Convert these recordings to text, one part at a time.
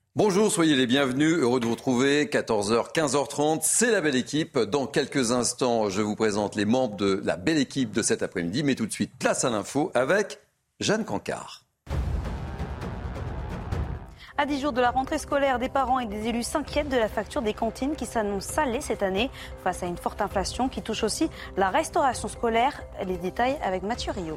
Bonjour, soyez les bienvenus, heureux de vous retrouver, 14h, 15h30, c'est la belle équipe. Dans quelques instants, je vous présente les membres de la belle équipe de cet après-midi, mais tout de suite, place à l'info avec Jeanne Cancard. À 10 jours de la rentrée scolaire, des parents et des élus s'inquiètent de la facture des cantines qui s'annonce salée cette année face à une forte inflation qui touche aussi la restauration scolaire. Les détails avec Mathieu Rio.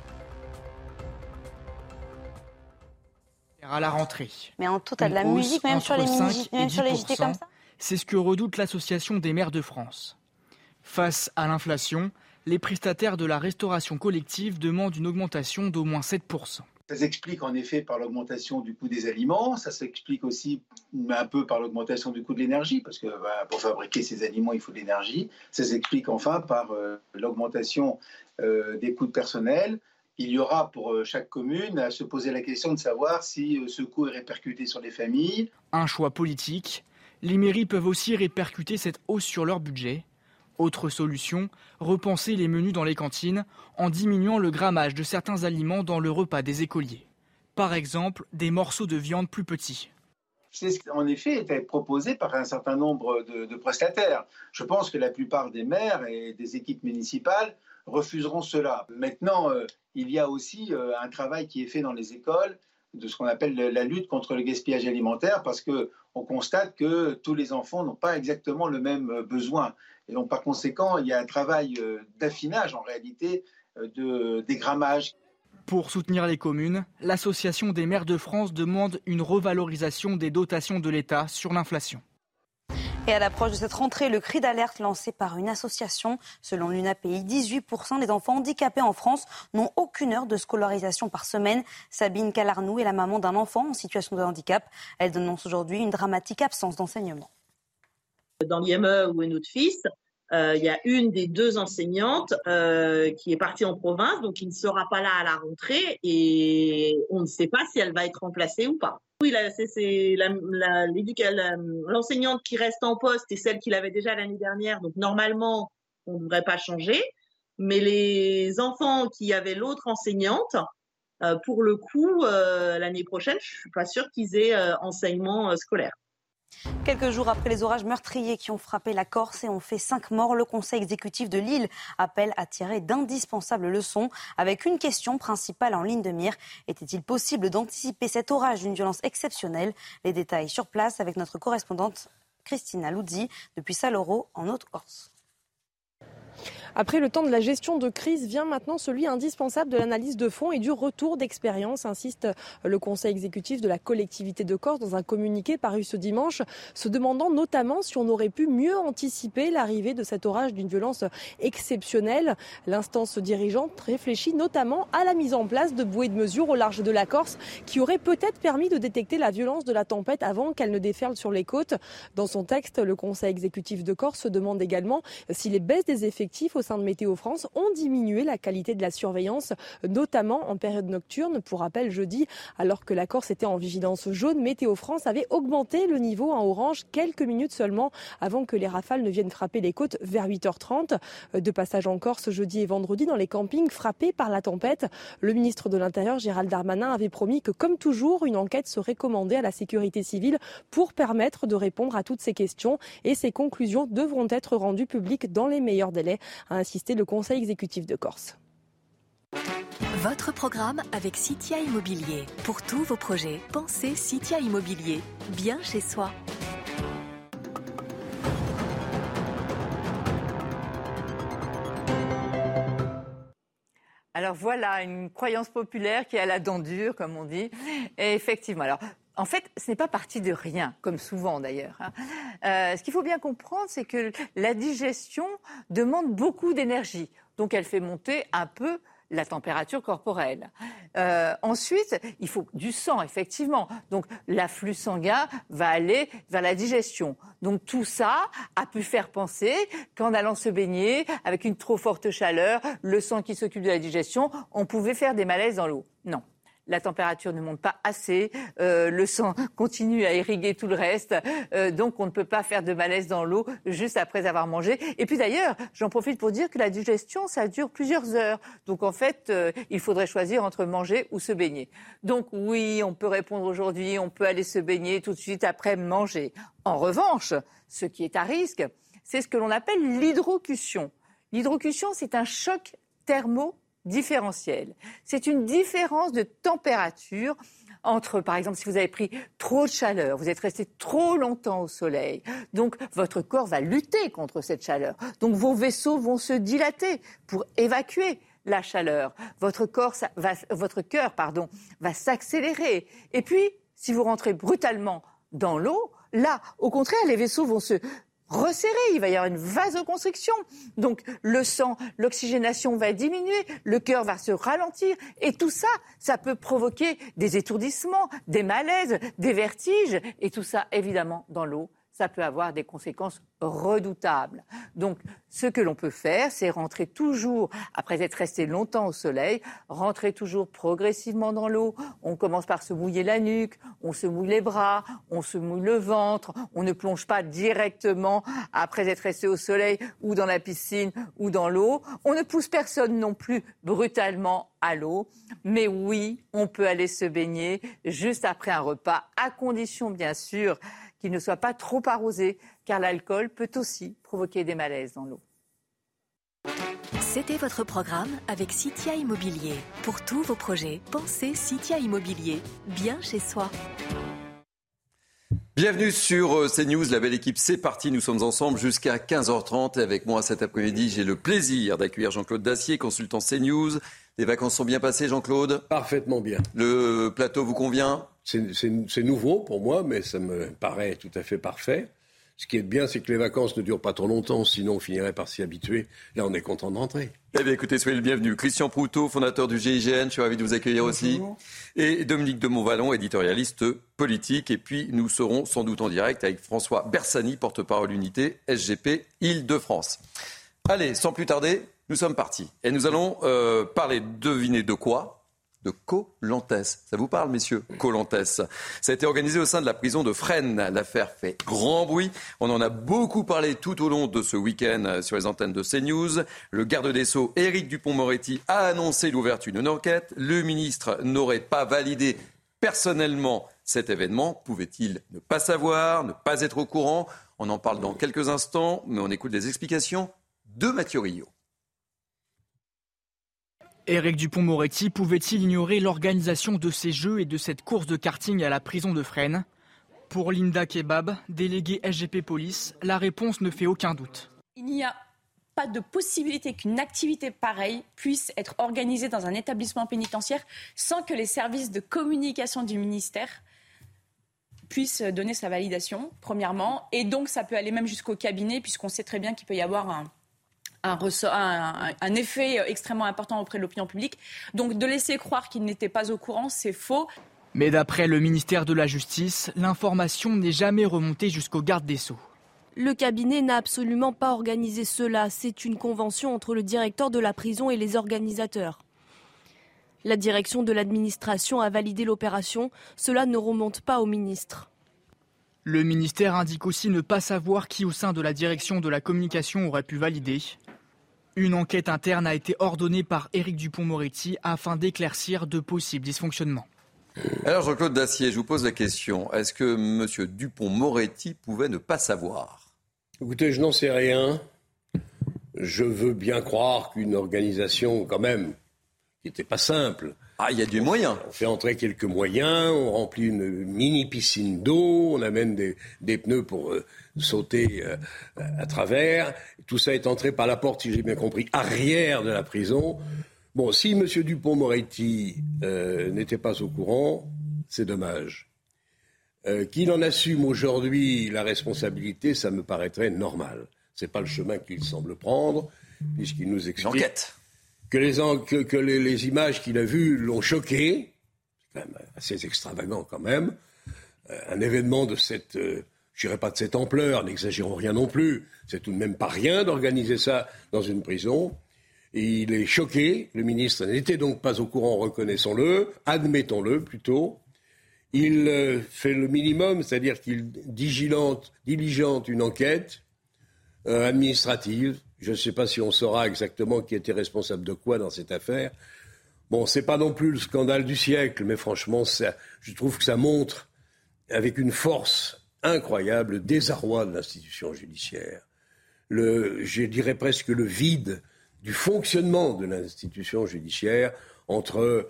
À la rentrée. Mais en tout, t'as de la musique, même sur les JT comme ça. C'est ce que redoute l'Association des maires de France. Face à l'inflation, les prestataires de la restauration collective demandent une augmentation d'au moins 7%. Ça s'explique en effet par l'augmentation du coût des aliments, ça s'explique aussi un peu par l'augmentation du coût de l'énergie, parce que pour fabriquer ces aliments, il faut de l'énergie. Ça s'explique enfin par l'augmentation des coûts de personnel. Il y aura pour chaque commune à se poser la question de savoir si ce coût est répercuté sur les familles. Un choix politique. Les mairies peuvent aussi répercuter cette hausse sur leur budget. Autre solution, repenser les menus dans les cantines en diminuant le grammage de certains aliments dans le repas des écoliers. Par exemple, des morceaux de viande plus petits. C'est ce qui, en effet, était proposé par un certain nombre de prestataires. Je pense que la plupart des maires et des équipes municipales refuseront cela. Maintenant, il y a aussi un travail qui est fait dans les écoles de ce qu'on appelle la lutte contre le gaspillage alimentaire, parce qu'on constate que tous les enfants n'ont pas exactement le même besoin. Et donc, par conséquent, il y a un travail d'affinage, en réalité, des grammages. Pour soutenir les communes, l'Association des maires de France demande une revalorisation des dotations de l'État sur l'inflation. Et à l'approche de cette rentrée, le cri d'alerte lancé par une association. Selon l'UNAPI, 18% des enfants handicapés en France n'ont aucune heure de scolarisation par semaine. Sabine Calarnou est la maman d'un enfant en situation de handicap. Elle dénonce aujourd'hui une dramatique absence d'enseignement. Dans l'IME où est notre fils, il y a une des deux enseignantes qui est partie en province, donc qui ne sera pas là à la rentrée et on ne sait pas si elle va être remplacée ou pas. Oui, c'est l'enseignante qui reste en poste et celle qu'il avait déjà l'année dernière, donc normalement, on ne devrait pas changer. Mais les enfants qui avaient l'autre enseignante, pour le coup, l'année prochaine, je ne suis pas sûre qu'ils aient enseignement scolaire. Quelques jours après les orages meurtriers qui ont frappé la Corse et ont fait 5 morts, le Conseil exécutif de Lille appelle à tirer d'indispensables leçons avec une question principale en ligne de mire. Était-il possible d'anticiper cet orage d'une violence exceptionnelle ? Les détails sur place avec notre correspondante Christina Luzzi depuis Saloro en Haute-Corse. Après le temps de la gestion de crise vient maintenant celui indispensable de l'analyse de fond et du retour d'expérience, insiste le Conseil exécutif de la collectivité de Corse dans un communiqué paru ce dimanche, se demandant notamment si on aurait pu mieux anticiper l'arrivée de cet orage d'une violence exceptionnelle. L'instance dirigeante réfléchit notamment à la mise en place de bouées de mesure au large de la Corse qui auraient peut-être permis de détecter la violence de la tempête avant qu'elle ne déferle sur les côtes. Dans son texte, le Conseil exécutif de Corse se demande également si les baisses des effectifs au sein de Météo France ont diminué la qualité de la surveillance, notamment en période nocturne. Pour rappel, jeudi, alors que la Corse était en vigilance jaune, Météo France avait augmenté le niveau en orange quelques minutes seulement avant que les rafales ne viennent frapper les côtes vers 8h30. De passage en Corse jeudi et vendredi dans les campings frappés par la tempête, le ministre de l'Intérieur Gérald Darmanin avait promis que, comme toujours, une enquête serait commandée à la sécurité civile pour permettre de répondre à toutes ces questions et ces conclusions devront être rendues publiques dans les meilleurs délais, a insisté le Conseil exécutif de Corse. Votre programme avec Citia Immobilier. Pour tous vos projets, pensez Citia Immobilier. Bien chez soi. Alors voilà, une croyance populaire qui a la dent dure, comme on dit. Et effectivement, alors... En fait, ce n'est pas parti de rien, comme souvent d'ailleurs. Ce qu'il faut bien comprendre, c'est que la digestion demande beaucoup d'énergie. Donc elle fait monter un peu la température corporelle. Ensuite, il faut du sang, effectivement. Donc l'afflux sanguin va aller vers la digestion. Donc tout ça a pu faire penser qu'en allant se baigner, avec une trop forte chaleur, le sang qui s'occupe de la digestion, on pouvait faire des malaises dans l'eau. Non. la température ne monte pas assez, le sang continue à irriguer tout le reste, donc on ne peut pas faire de malaise dans l'eau juste après avoir mangé. Et puis d'ailleurs, j'en profite pour dire que la digestion, ça dure plusieurs heures. Donc en fait, il faudrait choisir entre manger ou se baigner. Donc oui, on peut répondre aujourd'hui, on peut aller se baigner tout de suite après manger. En revanche, ce qui est à risque, c'est ce que l'on appelle l'hydrocution. L'hydrocution, c'est un choc thermodifférentiel. C'est une différence de température entre, par exemple, si vous avez pris trop de chaleur, vous êtes resté trop longtemps au soleil, donc votre corps va lutter contre cette chaleur. Donc vos vaisseaux vont se dilater pour évacuer la chaleur. Votre cœur va s'accélérer. Et puis, si vous rentrez brutalement dans l'eau, là, au contraire, les vaisseaux vont se resserrer, il va y avoir une vasoconstriction. Donc le sang, l'oxygénation va diminuer, le cœur va se ralentir et tout ça, ça peut provoquer des étourdissements, des malaises, des vertiges et tout ça, évidemment, dans l'eau. Ça peut avoir des conséquences redoutables. Donc, ce que l'on peut faire, c'est rentrer toujours, après être resté longtemps au soleil, rentrer toujours progressivement dans l'eau. On commence par se mouiller la nuque, on se mouille les bras, on se mouille le ventre. On ne plonge pas directement après être resté au soleil ou dans la piscine ou dans l'eau. On ne pousse personne non plus brutalement à l'eau. Mais oui, on peut aller se baigner juste après un repas, à condition, bien sûr, qu'il ne soit pas trop arrosé, car l'alcool peut aussi provoquer des malaises dans l'eau. C'était votre programme avec Citia Immobilier. Pour tous vos projets, pensez Citia Immobilier, bien chez soi. Bienvenue sur CNews, la belle équipe, c'est parti, nous sommes ensemble jusqu'à 15h30 et avec moi cet après-midi, j'ai le plaisir d'accueillir Jean-Claude Dacier, consultant CNews. Les vacances sont bien passées, Jean-Claude ? Parfaitement bien. Le plateau vous convient ? C'est nouveau pour moi, mais ça me paraît tout à fait parfait. Ce qui est bien, c'est que les vacances ne durent pas trop longtemps, sinon on finirait par s'y habituer. Là, on est content de rentrer. Eh bien, écoutez, soyez le bienvenu. Christian Proutot, fondateur du GIGN, je suis ravi de vous accueillir aussi. Et Dominique de Montvalon, éditorialiste politique. Et puis, nous serons sans doute en direct avec François Bersani, porte-parole unité SGP Île-de-France. Allez, sans plus tarder, nous sommes partis. Et nous allons parler, devinez de quoi ? De Koh-Lantès. Ça vous parle, messieurs ? Koh-Lantès. Ça a été organisé au sein de la prison de Fresnes. L'affaire fait grand bruit. On en a beaucoup parlé tout au long de ce week-end sur les antennes de CNews. Le garde des Sceaux, Éric Dupond-Moretti, a annoncé l'ouverture d'une enquête. Le ministre n'aurait pas validé personnellement cet événement. Pouvait-il ne pas savoir, ne pas être au courant ? On en parle dans quelques instants, mais on écoute les explications de Mathieu Rio. Éric Dupond-Moretti pouvait-il ignorer l'organisation de ces jeux et de cette course de karting à la prison de Fresnes ? Pour Linda Kebab, déléguée SGP Police, la réponse ne fait aucun doute. Il n'y a pas de possibilité qu'une activité pareille puisse être organisée dans un établissement pénitentiaire sans que les services de communication du ministère puissent donner sa validation, premièrement. Et donc, ça peut aller même jusqu'au cabinet, puisqu'on sait très bien qu'il peut y avoir un effet extrêmement important auprès de l'opinion publique. Donc de laisser croire qu'il n'était pas au courant, c'est faux. Mais d'après le ministère de la Justice, l'information n'est jamais remontée jusqu'au garde des Sceaux. Le cabinet n'a absolument pas organisé cela. C'est une convention entre le directeur de la prison et les organisateurs. La direction de l'administration a validé l'opération. Cela ne remonte pas au ministre. Le ministère indique aussi ne pas savoir qui au sein de la direction de la communication aurait pu valider. Une enquête interne a été ordonnée par Éric Dupond-Moretti afin d'éclaircir de possibles dysfonctionnements. Alors Jean-Claude Dacier, je vous pose la question. Est-ce que M. Dupond-Moretti pouvait ne pas savoir ? Écoutez, je n'en sais rien. Je veux bien croire qu'une organisation, quand même, qui n'était pas simple. Ah, il y a du moyen. On fait entrer quelques moyens, on remplit une mini piscine d'eau, on amène des pneus pour sauter à travers. Tout ça est entré par la porte, si j'ai bien compris, arrière de la prison. Bon, si M. Dupond-Moretti n'était pas au courant, c'est dommage. Qu'il en assume aujourd'hui la responsabilité, ça me paraîtrait normal. C'est pas le chemin qu'il semble prendre, puisqu'il nous explique... L'enquête. Que les images qu'il a vues l'ont choqué, c'est quand même assez extravagant quand même, un événement de cette, je dirais pas de cette ampleur, n'exagérons rien non plus, c'est tout de même pas rien d'organiser ça dans une prison, Et il est choqué. Le ministre n'était donc pas au courant, reconnaissons-le, admettons-le plutôt. Il fait le minimum, c'est-à-dire qu'il diligente une enquête administrative. Je ne sais pas si on saura exactement qui était responsable de quoi dans cette affaire. Bon, c'est pas non plus le scandale du siècle, mais franchement, je trouve que ça montre avec une force incroyable le désarroi de l'institution judiciaire. Je dirais presque le vide du fonctionnement de l'institution judiciaire entre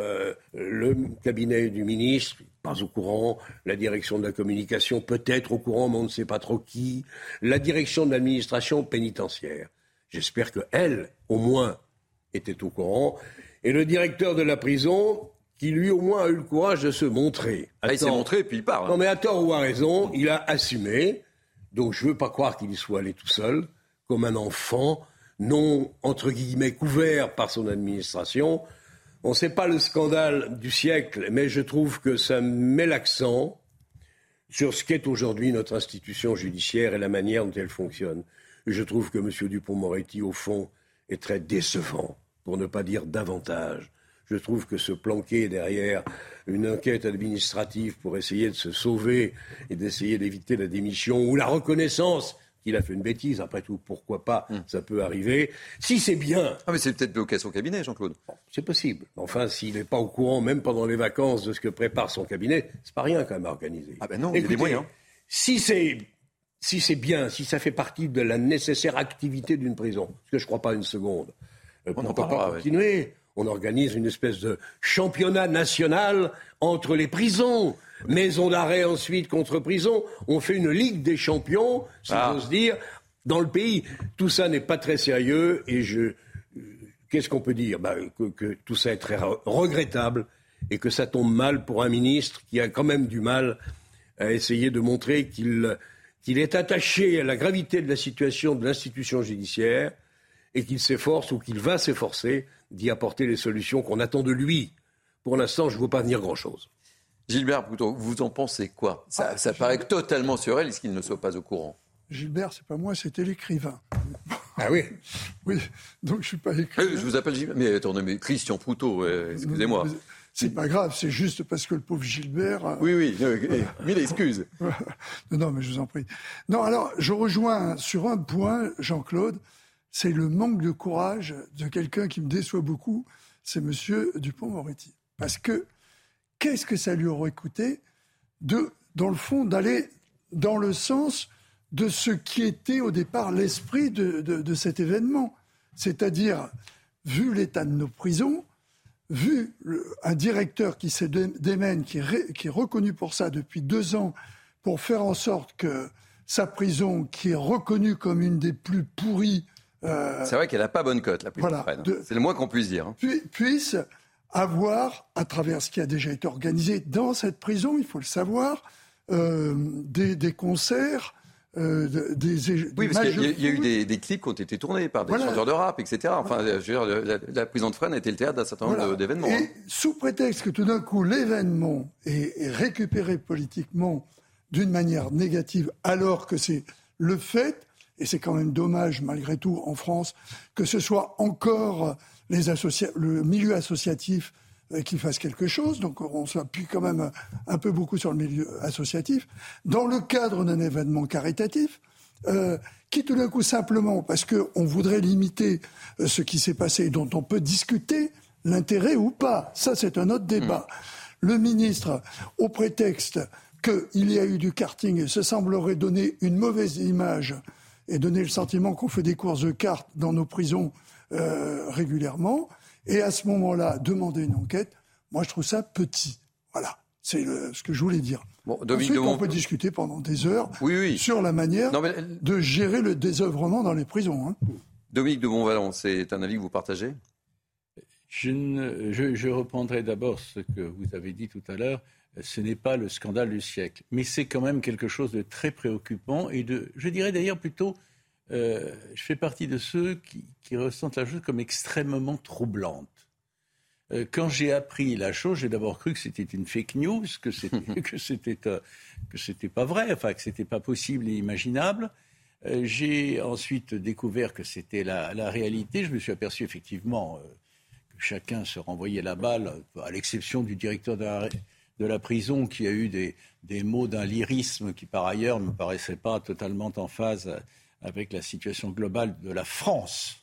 le cabinet du ministre, pas au courant, la direction de la communication peut-être au courant, mais on ne sait pas trop qui, la direction de l'administration pénitentiaire. J'espère qu'elle, au moins, était au courant. Et le directeur de la prison, qui lui, au moins, a eu le courage de se montrer. Il s'est montré et puis il parle. Non, mais à tort ou à raison, il a assumé. Donc je ne veux pas croire qu'il y soit allé tout seul, comme un enfant, non, entre guillemets, couvert par son administration. On ne sait pas le scandale du siècle, mais je trouve que ça met l'accent sur ce qu'est aujourd'hui notre institution judiciaire et la manière dont elle fonctionne. Et je trouve que M. Dupond-Moretti, au fond, est très décevant, pour ne pas dire davantage. Je trouve que se planquer derrière une enquête administrative pour essayer de se sauver et d'essayer d'éviter la démission ou la reconnaissance qu'il a fait une bêtise, après tout, pourquoi pas, ça peut arriver. Si c'est bien... Ah mais c'est peut-être bloqué à son cabinet, Jean-Claude. C'est possible. Enfin, s'il n'est pas au courant, même pendant les vacances, de ce que prépare son cabinet, c'est pas rien quand même à organiser. Ah ben non, il y a des moyens. Si c'est bien, si ça fait partie de la nécessaire activité d'une prison, parce que je ne crois pas une seconde, on n'en peut pas continuer. Ouais. On organise une espèce de championnat national entre les prisons. Maison d'arrêt ensuite contre prison. On fait une ligue des champions, si j'ose dire, dans le pays. Tout ça n'est pas très sérieux et qu'est-ce qu'on peut dire ? Que tout ça est très regrettable et que ça tombe mal pour un ministre qui a quand même du mal à essayer de montrer qu'il est attaché à la gravité de la situation de l'institution judiciaire et qu'il s'efforce ou qu'il va s'efforcer d'y apporter les solutions qu'on attend de lui. Pour l'instant, je ne vois pas venir grand-chose. Gilbert Bouton, vous en pensez quoi ? Ça paraît totalement surréaliste qu'il ne soit pas au courant. Gilbert, c'est pas moi, c'était l'écrivain. Ah oui ? Oui, donc je ne suis pas écrivain. Je vous appelle Gilbert. Mais attendez, mais Christian Proutot, excusez-moi. C'est pas grave, c'est juste parce que le pauvre Gilbert... Oui, mille excuses. Non, mais je vous en prie. Non, alors, je rejoins sur un point, Jean-Claude, c'est le manque de courage de quelqu'un qui me déçoit beaucoup, c'est M. Dupond-Moretti. Parce que, qu'est-ce que ça lui aurait coûté, dans le fond, d'aller dans le sens de ce qui était au départ l'esprit de cet événement. C'est-à-dire, vu l'état de nos prisons, vu un directeur qui se démène, qui est reconnu pour ça depuis 2 ans, pour faire en sorte que sa prison, qui est reconnue comme une des plus pourries... c'est vrai qu'elle n'a pas bonne cote, la prison. Voilà, c'est le moins qu'on puisse dire. Puisse avoir, à travers ce qui a déjà été organisé dans cette prison, il faut le savoir, des concerts... oui, parce qu'il y a eu des clips qui ont été tournés par des chanteurs de rap, etc. Enfin, je veux dire, la prison de Fresnes a été le théâtre d'un certain nombre d'événements. Et sous prétexte que tout d'un coup, l'événement est récupéré politiquement d'une manière négative, alors que c'est le fait, et c'est quand même dommage malgré tout en France, que ce soit encore le milieu associatif qui fasse quelque chose, donc on s'appuie quand même un peu beaucoup sur le milieu associatif, dans le cadre d'un événement caritatif, qui tout d'un coup simplement, parce qu'on voudrait limiter ce qui s'est passé, dont on peut discuter l'intérêt ou pas, ça c'est un autre débat. Le ministre, au prétexte qu'il y a eu du karting, se semblerait donner une mauvaise image et donner le sentiment qu'on fait des courses de cartes dans nos prisons régulièrement, et à ce moment-là, demander une enquête, moi je trouve ça petit. Voilà, c'est ce que je voulais dire. Bon, ensuite, on peut discuter pendant des heures sur la manière de gérer le désœuvrement dans les prisons. Hein. Dominique de Bonvalon, c'est un avis que vous partagez ? Je reprendrai d'abord ce que vous avez dit tout à l'heure. Ce n'est pas le scandale du siècle, mais c'est quand même quelque chose de très préoccupant et je dirais d'ailleurs plutôt... je fais partie de ceux qui ressentent la chose comme extrêmement troublante. Quand j'ai appris la chose, j'ai d'abord cru que c'était une fake news, que c'était pas vrai, enfin que c'était pas possible et imaginable. J'ai ensuite découvert que c'était la réalité. Je me suis aperçu effectivement que chacun se renvoyait la balle, à l'exception du directeur de la prison qui a eu des mots d'un lyrisme qui par ailleurs ne me paraissait pas totalement en phase avec la situation globale de la France.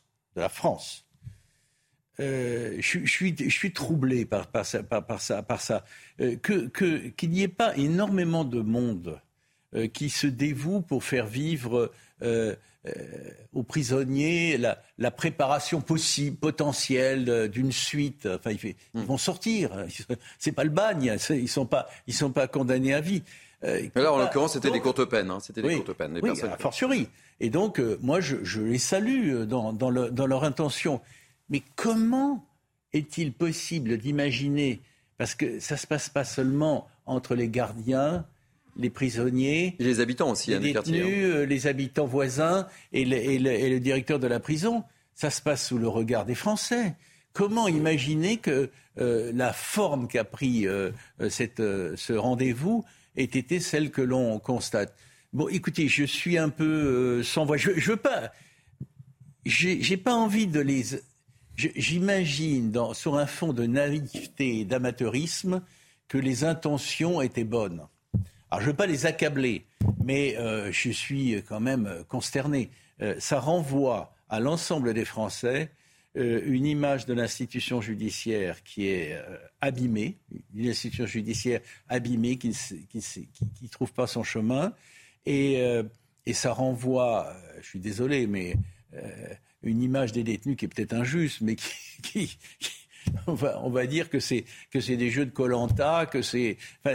Je suis troublé par ça. Qu'il n'y ait pas énormément de monde qui se dévoue pour faire vivre aux prisonniers la préparation potentielle d'une suite. Enfin, ils vont sortir. C'est pas le bagne. Ils sont pas condamnés à vie. Mais là, en l'occurrence, c'était des courtes peines. C'était des courtes peines. Oui, a fortiori. Et donc, moi, je les salue dans leur intention. Mais comment est-il possible d'imaginer, parce que ça ne se passe pas seulement entre les gardiens, les prisonniers, et les habitants aussi, les détenus, les habitants voisins et le directeur de la prison, ça se passe sous le regard des Français. Comment imaginer que la forme qu'a pris ce rendez-vous ait été celle que l'on constate ? Bon, écoutez, je suis un peu sans voix. Je veux pas. J'ai pas envie de les. J'imagine, sur un fond de naïveté et d'amateurisme, que les intentions étaient bonnes. Alors, je ne veux pas les accabler, mais je suis quand même consterné. Ça renvoie à l'ensemble des Français une image de l'institution judiciaire qui est abîmée, une institution judiciaire abîmée qui ne trouve pas son chemin. Et ça renvoie, je suis désolé, mais une image des détenus qui est peut-être injuste, mais on va dire que c'est des jeux de Koh-Lanta, que c'est, enfin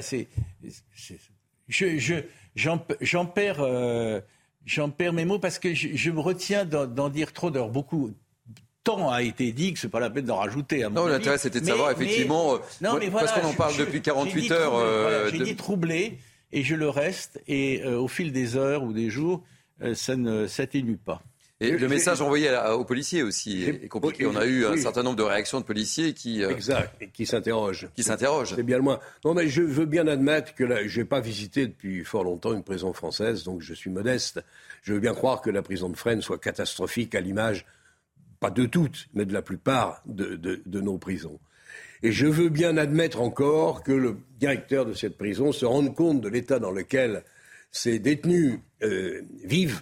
j'en perds mes mots parce que je me retiens d'en dire trop. D'ailleurs, beaucoup de temps a été dit que c'est pas la peine d'en rajouter. Non, l'intérêt c'était de savoir effectivement, parce qu'on en parle depuis 48 heures. J'ai dit troublé et je le reste. Et au fil des heures ou des jours, ça ne s'atténue pas. Et le message envoyé aux policiers aussi est compliqué. On a eu un certain nombre de réactions de policiers qui s'interrogent. C'est bien le moins. Non, mais je veux bien admettre que je n'ai pas visité depuis fort longtemps une prison française, donc je suis modeste. Je veux bien croire que la prison de Fresnes soit catastrophique à l'image, pas de toutes, mais de la plupart de nos prisons. Et je veux bien admettre encore que le directeur de cette prison se rende compte de l'état dans lequel ces détenus vivent,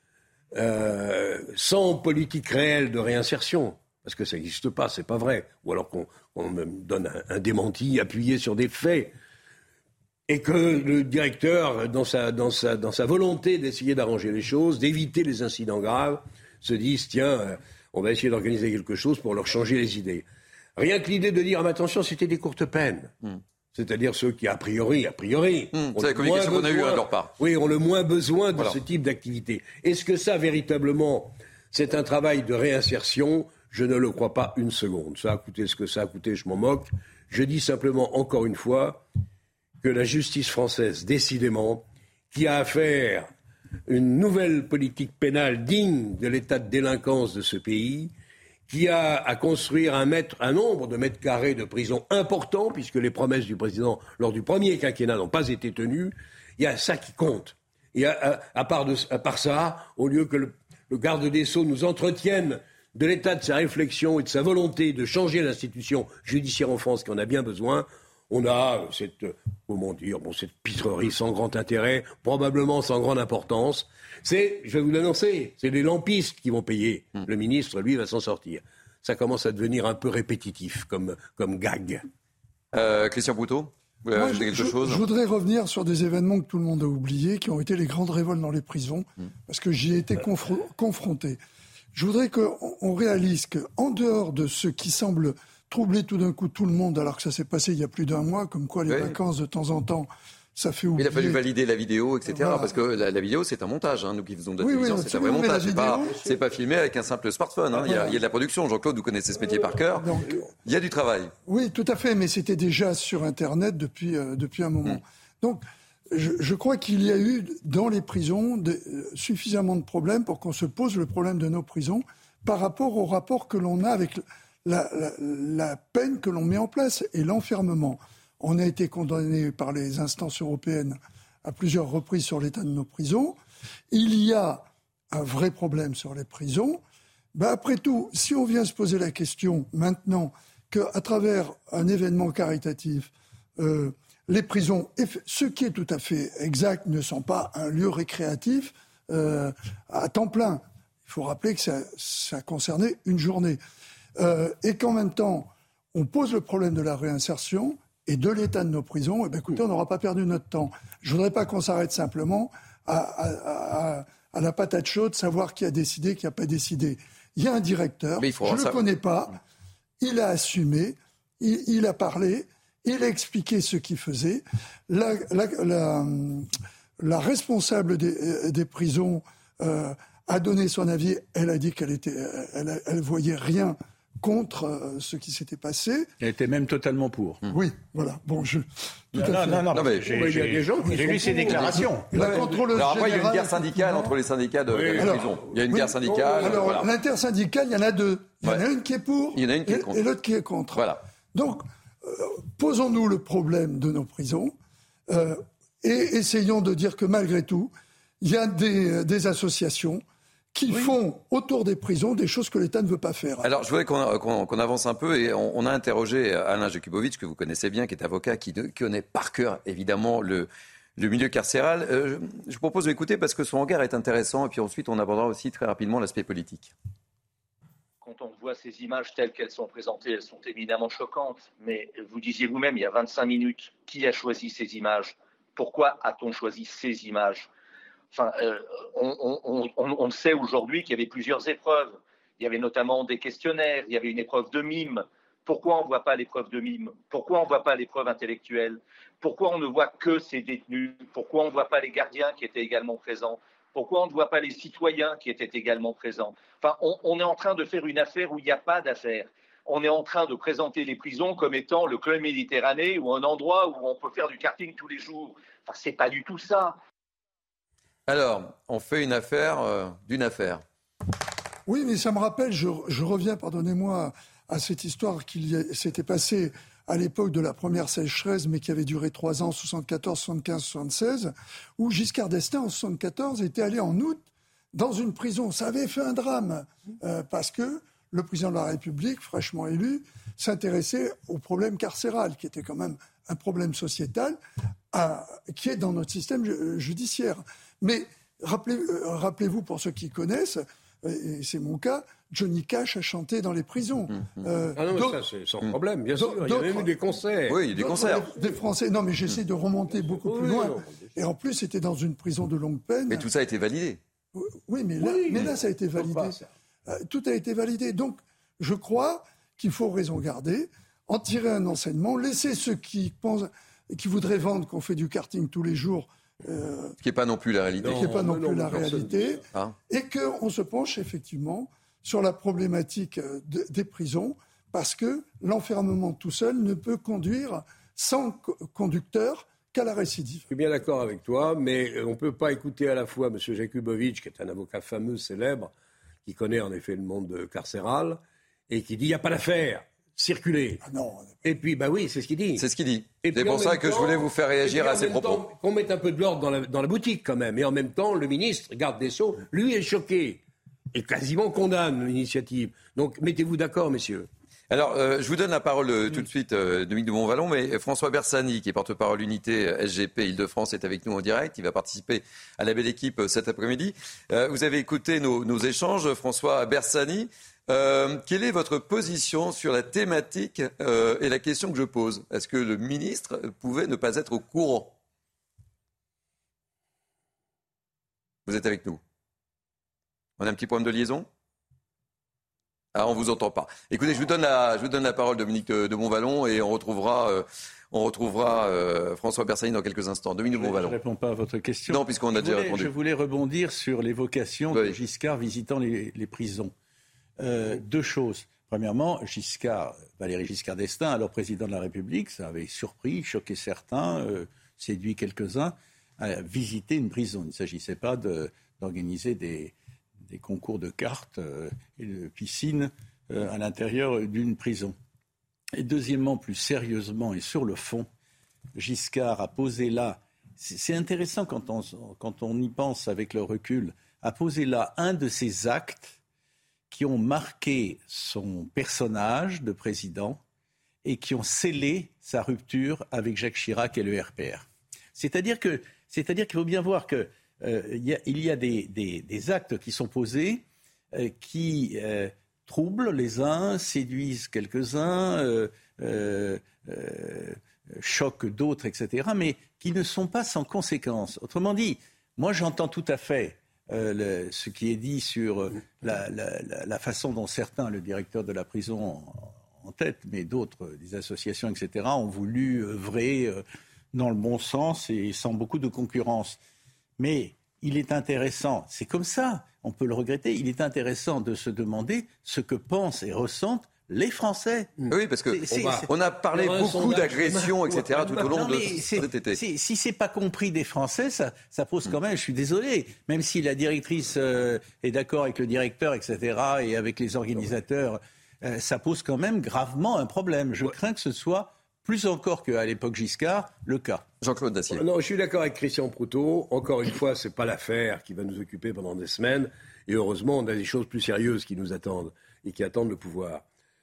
sans politique réelle de réinsertion, parce que ça n'existe pas, c'est pas vrai, ou alors qu'on me donne un démenti appuyé sur des faits, et que le directeur, dans sa volonté d'essayer d'arranger les choses, d'éviter les incidents graves, se dise tiens, on va essayer d'organiser quelque chose pour leur changer les idées. Rien que l'idée de dire mais attention, c'était des courtes peines. C'est-à-dire ceux qui, a priori, c'est la communication qu'on a eue de leur part. Oui, ont le moins besoin de ce type d'activité. Est-ce que ça, véritablement, c'est un travail de réinsertion ? Je ne le crois pas une seconde. Ça a coûté ce que ça a coûté, je m'en moque. Je dis simplement, encore une fois, que la justice française, décidément, qui a à faire une nouvelle politique pénale digne de l'état de délinquance de ce pays, qui a à construire un nombre de mètres carrés de prison important, puisque les promesses du président lors du premier quinquennat n'ont pas été tenues. Il y a ça qui compte. Et à part ça, au lieu que le garde des Sceaux nous entretienne de l'état de sa réflexion et de sa volonté de changer l'institution judiciaire en France, qui en a bien besoin, on a cette pitrerie sans grand intérêt, probablement sans grande importance. Je vais vous l'annoncer, c'est les lampistes qui vont payer. Le ministre, lui, va s'en sortir. Ça commence à devenir un peu répétitif comme gag. Christian Bouteau, vous voulez ajouter quelque chose ? Je voudrais revenir sur des événements que tout le monde a oubliés, qui ont été les grandes révoltes dans les prisons, parce que j'y ai été confronté. Je voudrais qu'on réalise qu'en dehors de ce qui semble troubler tout d'un coup tout le monde, alors que ça s'est passé il y a plus d'un mois, comme quoi les vacances de temps en temps, ça fait oublier. Il a fallu valider la vidéo, etc. Voilà. Parce que la vidéo, c'est un montage. Nous qui faisons de la télévision, c'est un vrai montage. C'est pas filmé avec un simple smartphone. Il y a de la production. Jean-Claude, vous connaissez ce métier par cœur. Donc, il y a du travail. Oui, tout à fait. Mais c'était déjà sur Internet depuis un moment. Donc, je crois qu'il y a eu dans les prisons suffisamment de problèmes pour qu'on se pose le problème de nos prisons par rapport au rapport que l'on a avec la peine que l'on met en place et l'enfermement. On a été condamné par les instances européennes à plusieurs reprises sur l'état de nos prisons. Il y a un vrai problème sur les prisons. Après tout, si on vient se poser la question maintenant qu'à travers un événement caritatif, les prisons, ce qui est tout à fait exact, ne sont pas un lieu récréatif à temps plein. Il faut rappeler que ça concernait une journée. Et qu'en même temps, on pose le problème de la réinsertion et de l'état de nos prisons. Écoutez, on n'aura pas perdu notre temps. Je ne voudrais pas qu'on s'arrête simplement à la patate chaude, savoir qui a décidé, qui n'a pas décidé. Il y a un directeur, je ne le connais pas, il a assumé, il a parlé, il a expliqué ce qu'il faisait. La responsable des prisons a donné son avis, elle a dit elle voyait rien contre ce qui s'était passé. Elle était même totalement pour. Oui, voilà. Bon, non, mais j'ai lu ses déclarations. Alors après, il y a une guerre syndicale entre les syndicats de la prison. Il y a une guerre syndicale. Alors, l'intersyndicale, il y en a deux. Il y en a une qui est pour, il y en a une qui est contre. Et l'autre qui est contre. Voilà. Donc, posons-nous le problème de nos prisons et essayons de dire que malgré tout, il y a des associations qui font autour des prisons des choses que l'État ne veut pas faire. Alors, je voudrais qu'on avance un peu et on a interrogé Alain Jakubowicz, que vous connaissez bien, qui est avocat, qui connaît par cœur, évidemment, le milieu carcéral. Je propose d'écouter parce que son regard est intéressant et puis ensuite on abordera aussi très rapidement l'aspect politique. Quand on voit ces images telles qu'elles sont présentées, elles sont évidemment choquantes. Mais vous disiez vous-même il y a 25 minutes, qui a choisi ces images ? Pourquoi a-t-on choisi ces images ? Enfin, on sait aujourd'hui qu'il y avait plusieurs épreuves. Il y avait notamment des questionnaires, il y avait une épreuve de mime. Pourquoi on ne voit pas l'épreuve de mime ? Pourquoi on ne voit pas l'épreuve intellectuelle ? Pourquoi on ne voit que ces détenus ? Pourquoi on ne voit pas les gardiens qui étaient également présents ? Pourquoi on ne voit pas les citoyens qui étaient également présents ? Enfin, on est en train de faire une affaire où il n'y a pas d'affaire. On est en train de présenter les prisons comme étant le club Méditerranée ou un endroit où on peut faire du karting tous les jours. Enfin, c'est pas du tout ça. Alors, on fait une affaire d'une affaire. Oui, mais ça me rappelle, je reviens, pardonnez-moi, à cette histoire s'était passée à l'époque de la première sécheresse, mais qui avait duré 3 ans, 74, 75, 76, où Giscard d'Estaing, en 74, était allé en août dans une prison. Ça avait fait un drame, parce que le président de la République, fraîchement élu, s'intéressait au problème carcéral, qui était quand même un problème sociétal, qui est dans notre système judiciaire. Mais rappelez-vous, pour ceux qui connaissent, et c'est mon cas, Johnny Cash a chanté dans les prisons. Ça c'est sans problème, bien sûr. Il y a même eu des concerts. Oui, des concerts. Des Français. Non, mais j'essaie de remonter beaucoup plus loin. Et en plus, c'était dans une prison de longue peine. Mais tout ça a été validé. Oui, mais là ça a été validé. Tout a été validé. Donc, je crois qu'il faut raison garder, en tirer un enseignement, laisser ceux qui pensent, qui voudraient vendre qu'on fait du karting tous les jours. Ce qui n'est pas non plus la réalité. Ce qui n'est pas non plus la réalité. Et qu'on se penche effectivement sur la problématique des prisons, parce que l'enfermement tout seul ne peut conduire sans conducteur qu'à la récidive. Je suis bien d'accord avec toi, mais on ne peut pas écouter à la fois M. Jakubowicz, qui est un avocat fameux, célèbre, qui connaît en effet le monde carcéral, et qui dit il n'y a pas d'affaire. Circuler. Et puis, oui, c'est ce qu'il dit. C'est ce qu'il dit. C'est pour ça que je voulais vous faire réagir à ces propos. Qu'on mette un peu de l'ordre dans la boutique, quand même. Et en même temps, le ministre, garde des Sceaux, lui est choqué et quasiment condamne l'initiative. Donc, mettez-vous d'accord, messieurs. Alors, je vous donne la parole tout de suite, Dominique de Montvalon, mais François Bersani, qui est porte-parole unité SGP Île-de-France, est avec nous en direct. Il va participer à la belle équipe cet après-midi. Vous avez écouté nos échanges, François Bersani. Quelle est votre position sur la thématique et la question que je pose ? Est-ce que le ministre pouvait ne pas être au courant ? Vous êtes avec nous ? On a un petit problème de liaison ? Ah, on ne vous entend pas. Écoutez, je vous donne la parole, Dominique de Montvalon, et on retrouvera François Bersani dans quelques instants. Dominique de Montvalon. Je ne réponds pas à votre question. Non, puisqu'on a déjà répondu. Je voulais rebondir sur l'évocation de Giscard visitant les prisons. 2 choses. Premièrement, Valéry Giscard d'Estaing, alors président de la République, ça avait surpris, choqué certains, séduit quelques-uns, à visiter une prison. Il ne s'agissait pas d'organiser des concours de cartes et de piscine à l'intérieur d'une prison. Et deuxièmement, plus sérieusement et sur le fond, Giscard a posé là, c'est intéressant quand on y pense avec le recul, a posé là un de ces actes qui ont marqué son personnage de président et qui ont scellé sa rupture avec Jacques Chirac et le RPR. C'est-à-dire qu'il faut bien voir qu'il y a des actes qui sont posés qui troublent les uns, séduisent quelques-uns, choquent d'autres, etc., mais qui ne sont pas sans conséquences. Autrement dit, moi j'entends tout à fait ce qui est dit sur la façon dont certains, le directeur de la prison en tête, mais d'autres, des associations, etc., ont voulu œuvrer dans le bon sens et sans beaucoup de concurrence. Mais il est intéressant, c'est comme ça, on peut le regretter, il est intéressant de se demander ce que pensent et ressentent les Français. Oui, parce qu'on a parlé beaucoup d'agressions, etc., tout au long de cet été. Si c'est pas compris des Français, ça pose quand même, je suis désolé, même si la directrice est d'accord avec le directeur, etc., et avec les organisateurs, ça pose quand même gravement un problème. Je crains que ce soit, plus encore qu'à l'époque Giscard, le cas. Jean-Claude Dacier. Non, je suis d'accord avec Christian Proutot. Encore une fois, ce n'est pas l'affaire qui va nous occuper pendant des semaines. Et heureusement, on a des choses plus sérieuses qui nous attendent et qui attendent le pouvoir.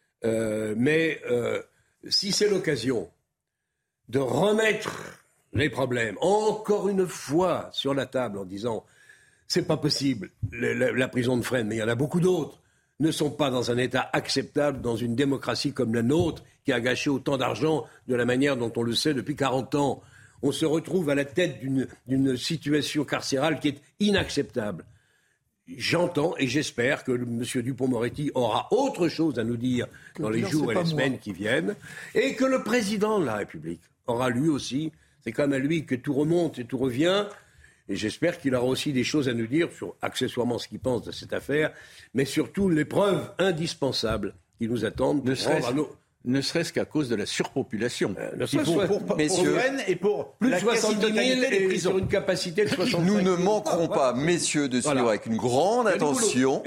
Mais si c'est l'occasion de remettre les problèmes encore une fois sur la table en disant c'est pas possible, la prison de Fresnes, mais il y en a beaucoup d'autres, ne sont pas dans un état acceptable dans une démocratie comme la nôtre qui a gâché autant d'argent de la manière dont on le sait depuis 40 ans. On se retrouve à la tête d'une situation carcérale qui est inacceptable. J'entends et j'espère que M. Dupond-Moretti aura autre chose à nous dire dans les jours et les semaines qui viennent, et que le président de la République aura lui aussi, c'est quand même à lui que tout remonte et tout revient, et j'espère qu'il aura aussi des choses à nous dire sur accessoirement ce qu'il pense de cette affaire, mais surtout les preuves indispensables qui nous attendent ne serait-ce qu'à cause de la surpopulation. Pour Rennes et pour plus de la 70 000 des prisons. sur une capacité de 65 000. Nous ne manquerons pas, messieurs, de suivre avec une grande attention,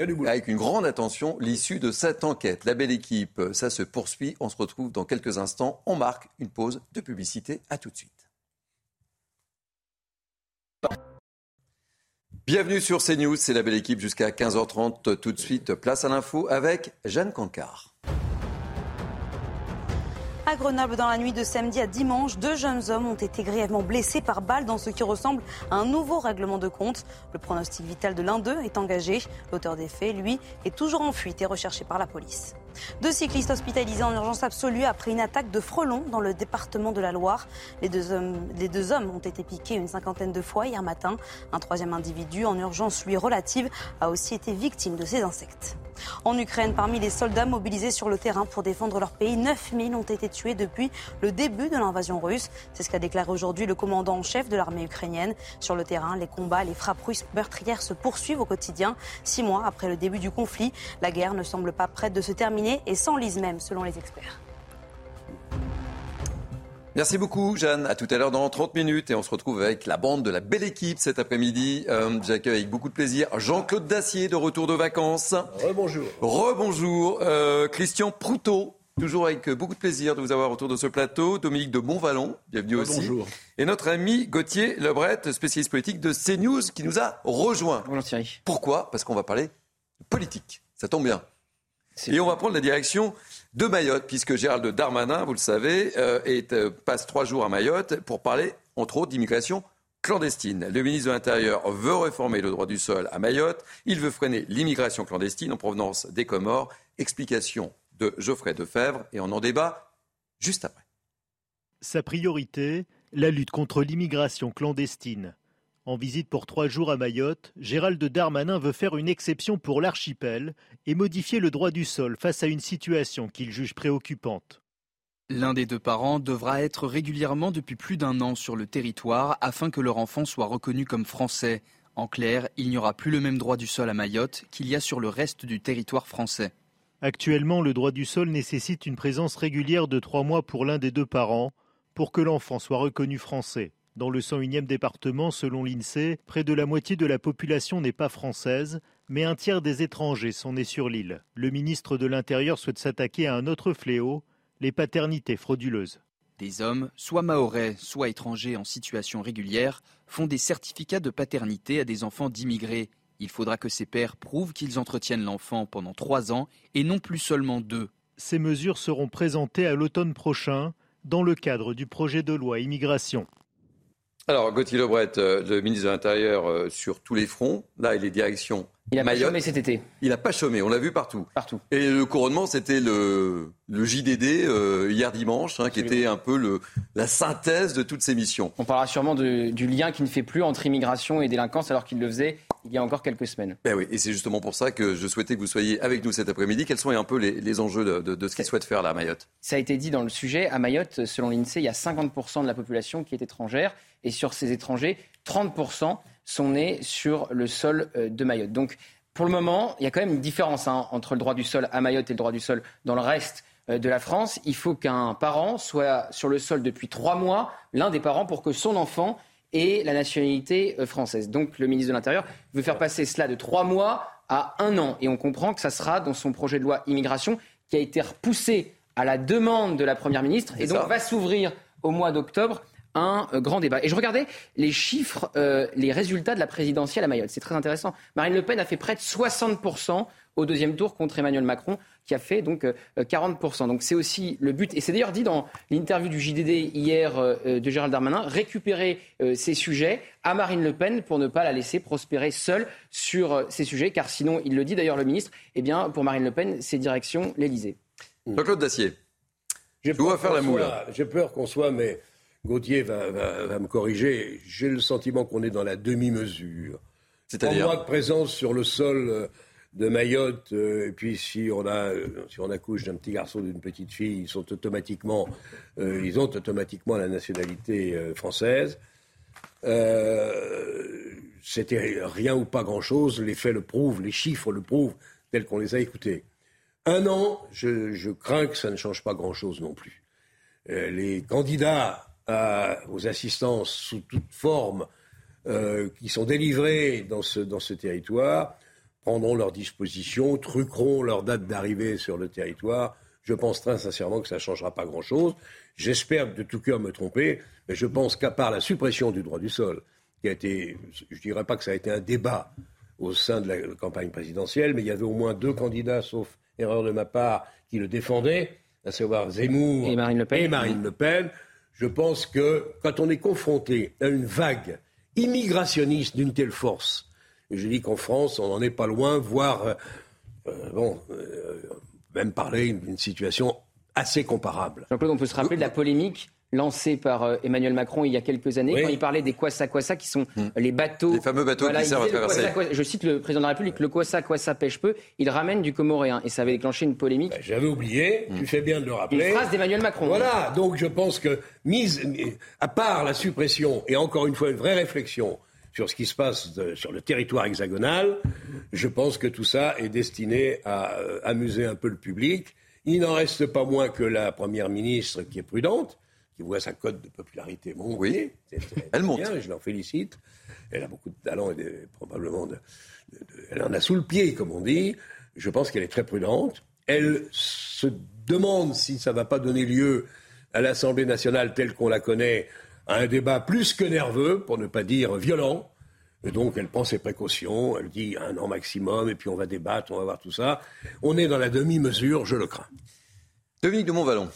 l'issue de cette enquête. La belle équipe, ça se poursuit. On se retrouve dans quelques instants. On marque une pause de publicité. À tout de suite. Bienvenue sur CNews, c'est la belle équipe jusqu'à 15h30. Tout de suite, place à l'info avec Jeanne Cancard. À Grenoble, dans la nuit de samedi à dimanche, 2 jeunes hommes ont été grièvement blessés par balle dans ce qui ressemble à un nouveau règlement de compte. Le pronostic vital de l'un d'eux est engagé. L'auteur des faits, lui, est toujours en fuite et recherché par la police. 2 cyclistes hospitalisés en urgence absolue après une attaque de frelons dans le département de la Loire. Les deux hommes ont été piqués une 50aine de fois hier matin. Un 3e individu en urgence, lui relative, a aussi été victime de ces insectes. En Ukraine, parmi les soldats mobilisés sur le terrain pour défendre leur pays, 9000 ont été tués depuis le début de l'invasion russe. C'est ce qu'a déclaré aujourd'hui le commandant en chef de l'armée ukrainienne. Sur le terrain, les combats, les frappes russes meurtrières se poursuivent au quotidien. 6 mois après le début du conflit, la guerre ne semble pas prête de se terminer et s'enlise même, selon les experts. Merci beaucoup, Jeanne. À tout à l'heure dans 30 minutes. Et on se retrouve avec la bande de la belle équipe cet après-midi. J'accueille avec beaucoup de plaisir Jean-Claude Dacier, de retour de vacances. Rebonjour. Rebonjour. Christian Proutot, toujours avec beaucoup de plaisir de vous avoir autour de ce plateau. Dominique de Montvalon, bienvenue aussi. Bonjour. Et notre ami Gauthier Lebret, spécialiste politique de CNews, qui nous a rejoint. Bonjour Thierry. Pourquoi ? Parce qu'on va parler de politique. Ça tombe bien. Et on va prendre la direction de Mayotte, puisque Gérald Darmanin, vous le savez, passe 3 jours à Mayotte pour parler, entre autres, d'immigration clandestine. Le ministre de l'Intérieur veut réformer le droit du sol à Mayotte. Il veut freiner l'immigration clandestine en provenance des Comores. Explication de Geoffrey Defebvre et on en débat juste après. Sa priorité, la lutte contre l'immigration clandestine. En visite pour 3 jours à Mayotte, Gérald Darmanin veut faire une exception pour l'archipel et modifier le droit du sol face à une situation qu'il juge préoccupante. L'un des 2 parents devra être régulièrement depuis plus d'1 an sur le territoire afin que leur enfant soit reconnu comme français. En clair, il n'y aura plus le même droit du sol à Mayotte qu'il y a sur le reste du territoire français. Actuellement, le droit du sol nécessite une présence régulière de 3 mois pour l'un des 2 parents pour que l'enfant soit reconnu français. Dans le 101e département, selon l'INSEE, près de la moitié de la population n'est pas française, mais un tiers des étrangers sont nés sur l'île. Le ministre de l'Intérieur souhaite s'attaquer à un autre fléau, les paternités frauduleuses. Des hommes, soit mahorais, soit étrangers en situation régulière, font des certificats de paternité à des enfants d'immigrés. Il faudra que ces pères prouvent qu'ils entretiennent l'enfant pendant 3 ans et non plus seulement 2. Ces mesures seront présentées à l'automne prochain dans le cadre du projet de loi immigration. Alors, Gauthier Lebret, le ministre de l'Intérieur, sur tous les fronts, là, il est direction Il n'a pas Mayotte. chômé cet été. Il n'a pas chômé, on l'a vu partout. Partout. Et le couronnement, c'était le JDD hier dimanche, qui était un peu la synthèse de toutes ces missions. On parlera sûrement du lien qui ne fait plus entre immigration et délinquance, alors qu'il le faisait il y a encore quelques semaines. Ben oui, et c'est justement pour ça que je souhaitais que vous soyez avec nous cet après-midi. Quels sont un peu les enjeux de ce qu'ils souhaitent faire là à Mayotte ? Ça a été dit dans le sujet. À Mayotte, selon l'INSEE, il y a 50% de la population qui est étrangère. Et sur ces étrangers, 30% sont nés sur le sol de Mayotte. Donc, pour le moment, il y a quand même une différence entre le droit du sol à Mayotte et le droit du sol dans le reste de la France. Il faut qu'un parent soit sur le sol depuis 3 mois, l'un des parents, pour que son enfant ait la nationalité française. Donc, le ministre de l'Intérieur veut faire passer cela de 3 mois à 1 an. Et on comprend que ça sera dans son projet de loi immigration qui a été repoussé à la demande de la Première ministre. Et donc, va s'ouvrir au mois d'octobre un grand débat. Et je regardais les chiffres, les résultats de la présidentielle à Mayotte. C'est très intéressant. Marine Le Pen a fait près de 60% au deuxième tour contre Emmanuel Macron, qui a fait donc 40%. Donc c'est aussi le but. Et c'est d'ailleurs dit dans l'interview du JDD hier de Gérald Darmanin, récupérer ces sujets à Marine Le Pen pour ne pas la laisser prospérer seule sur ces sujets. Car sinon, il le dit d'ailleurs le ministre, eh bien pour Marine Le Pen, c'est direction l'Élysée. Jean-Claude Dacier, je dois faire la moule. J'ai peur qu'on soit, mais Gauthier va me corriger. J'ai le sentiment qu'on est dans la demi-mesure. C'est-à-dire 3 mois de présence sur le sol de Mayotte, et puis si on accouche d'un petit garçon, d'une petite fille, ils ont automatiquement la nationalité française. C'était rien ou pas grand-chose. Les faits le prouvent, les chiffres le prouvent, tels qu'on les a écoutés. 1 an, je crains que ça ne change pas grand-chose non plus. Les candidats aux assistances sous toute forme qui sont délivrés dans ce territoire prendront leurs dispositions, truqueront leur date d'arrivée sur le territoire. Je pense très sincèrement que ça ne changera pas grand-chose. J'espère de tout cœur me tromper, mais je pense qu'à part la suppression du droit du sol, qui a été, je ne dirais pas que ça a été un débat au sein de la campagne présidentielle, mais il y avait au moins 2 candidats, sauf erreur de ma part, qui le défendaient, à savoir Zemmour et Marine Le Pen. Je pense que quand on est confronté à une vague immigrationniste d'une telle force, et je dis qu'en France, on n'en est pas loin, voire, même parler d'une situation assez comparable. Jean-Claude, on peut se rappeler de la polémique lancée par Emmanuel Macron il y a quelques années, quand il parlait des kwassa-kwassa, qui sont les bateaux... Les fameux bateaux qui servent à traverser. Je cite le président de la République, le kwassa-kwassa pêche peu, il ramène du comoréen. Et ça avait déclenché une polémique. J'avais oublié, tu fais bien de le rappeler. Une phrase d'Emmanuel Macron. Voilà, donc je pense que, à part la suppression, et encore une fois une vraie réflexion sur ce qui se passe sur le territoire hexagonal, je pense que tout ça est destiné à amuser un peu le public. Il n'en reste pas moins que la Première ministre qui est prudente, qui voit sa cote de popularité monter. Oui, elle monte. Bien, je l'en félicite. Elle a beaucoup de talent et probablement elle en a sous le pied, comme on dit. Je pense qu'elle est très prudente. Elle se demande si ça ne va pas donner lieu à l'Assemblée nationale telle qu'on la connaît à un débat plus que nerveux, pour ne pas dire violent. Et donc elle prend ses précautions, elle dit 1 an maximum, et puis on va débattre, on va voir tout ça. On est dans la demi-mesure, je le crains. Dominique de Montvalon.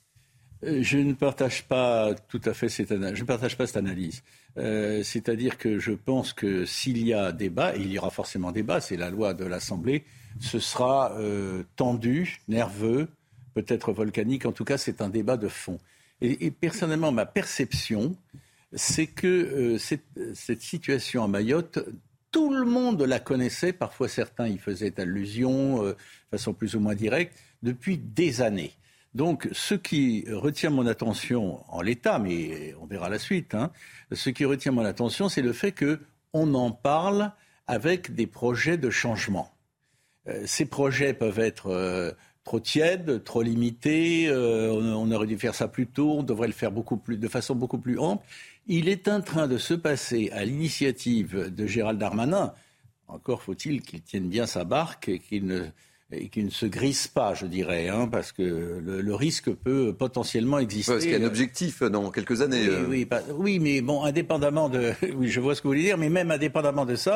Je ne partage pas tout à fait cette analyse. C'est-à-dire que je pense que s'il y a débat, et il y aura forcément débat, c'est la loi de l'Assemblée, ce sera tendu, nerveux, peut-être volcanique. En tout cas, c'est un débat de fond. Et personnellement, ma perception, c'est que cette situation à Mayotte, tout le monde la connaissait, parfois certains y faisaient allusion, de façon plus ou moins directe, depuis des années. Donc, ce qui retient mon attention en l'état, mais on verra la suite, ce qui retient mon attention, c'est le fait qu'on en parle avec des projets de changement. Ces projets peuvent être trop tièdes, trop limités, on aurait dû faire ça plus tôt, on devrait le faire de façon beaucoup plus ample. Il est en train de se passer à l'initiative de Gérald Darmanin, encore faut-il qu'il tienne bien sa barque et qu'il ne se grisse pas, je dirais, parce que le risque peut potentiellement exister. Parce qu'il y a un objectif dans quelques années. Oui, mais bon, indépendamment de... Oui, je vois ce que vous voulez dire, mais même indépendamment de ça,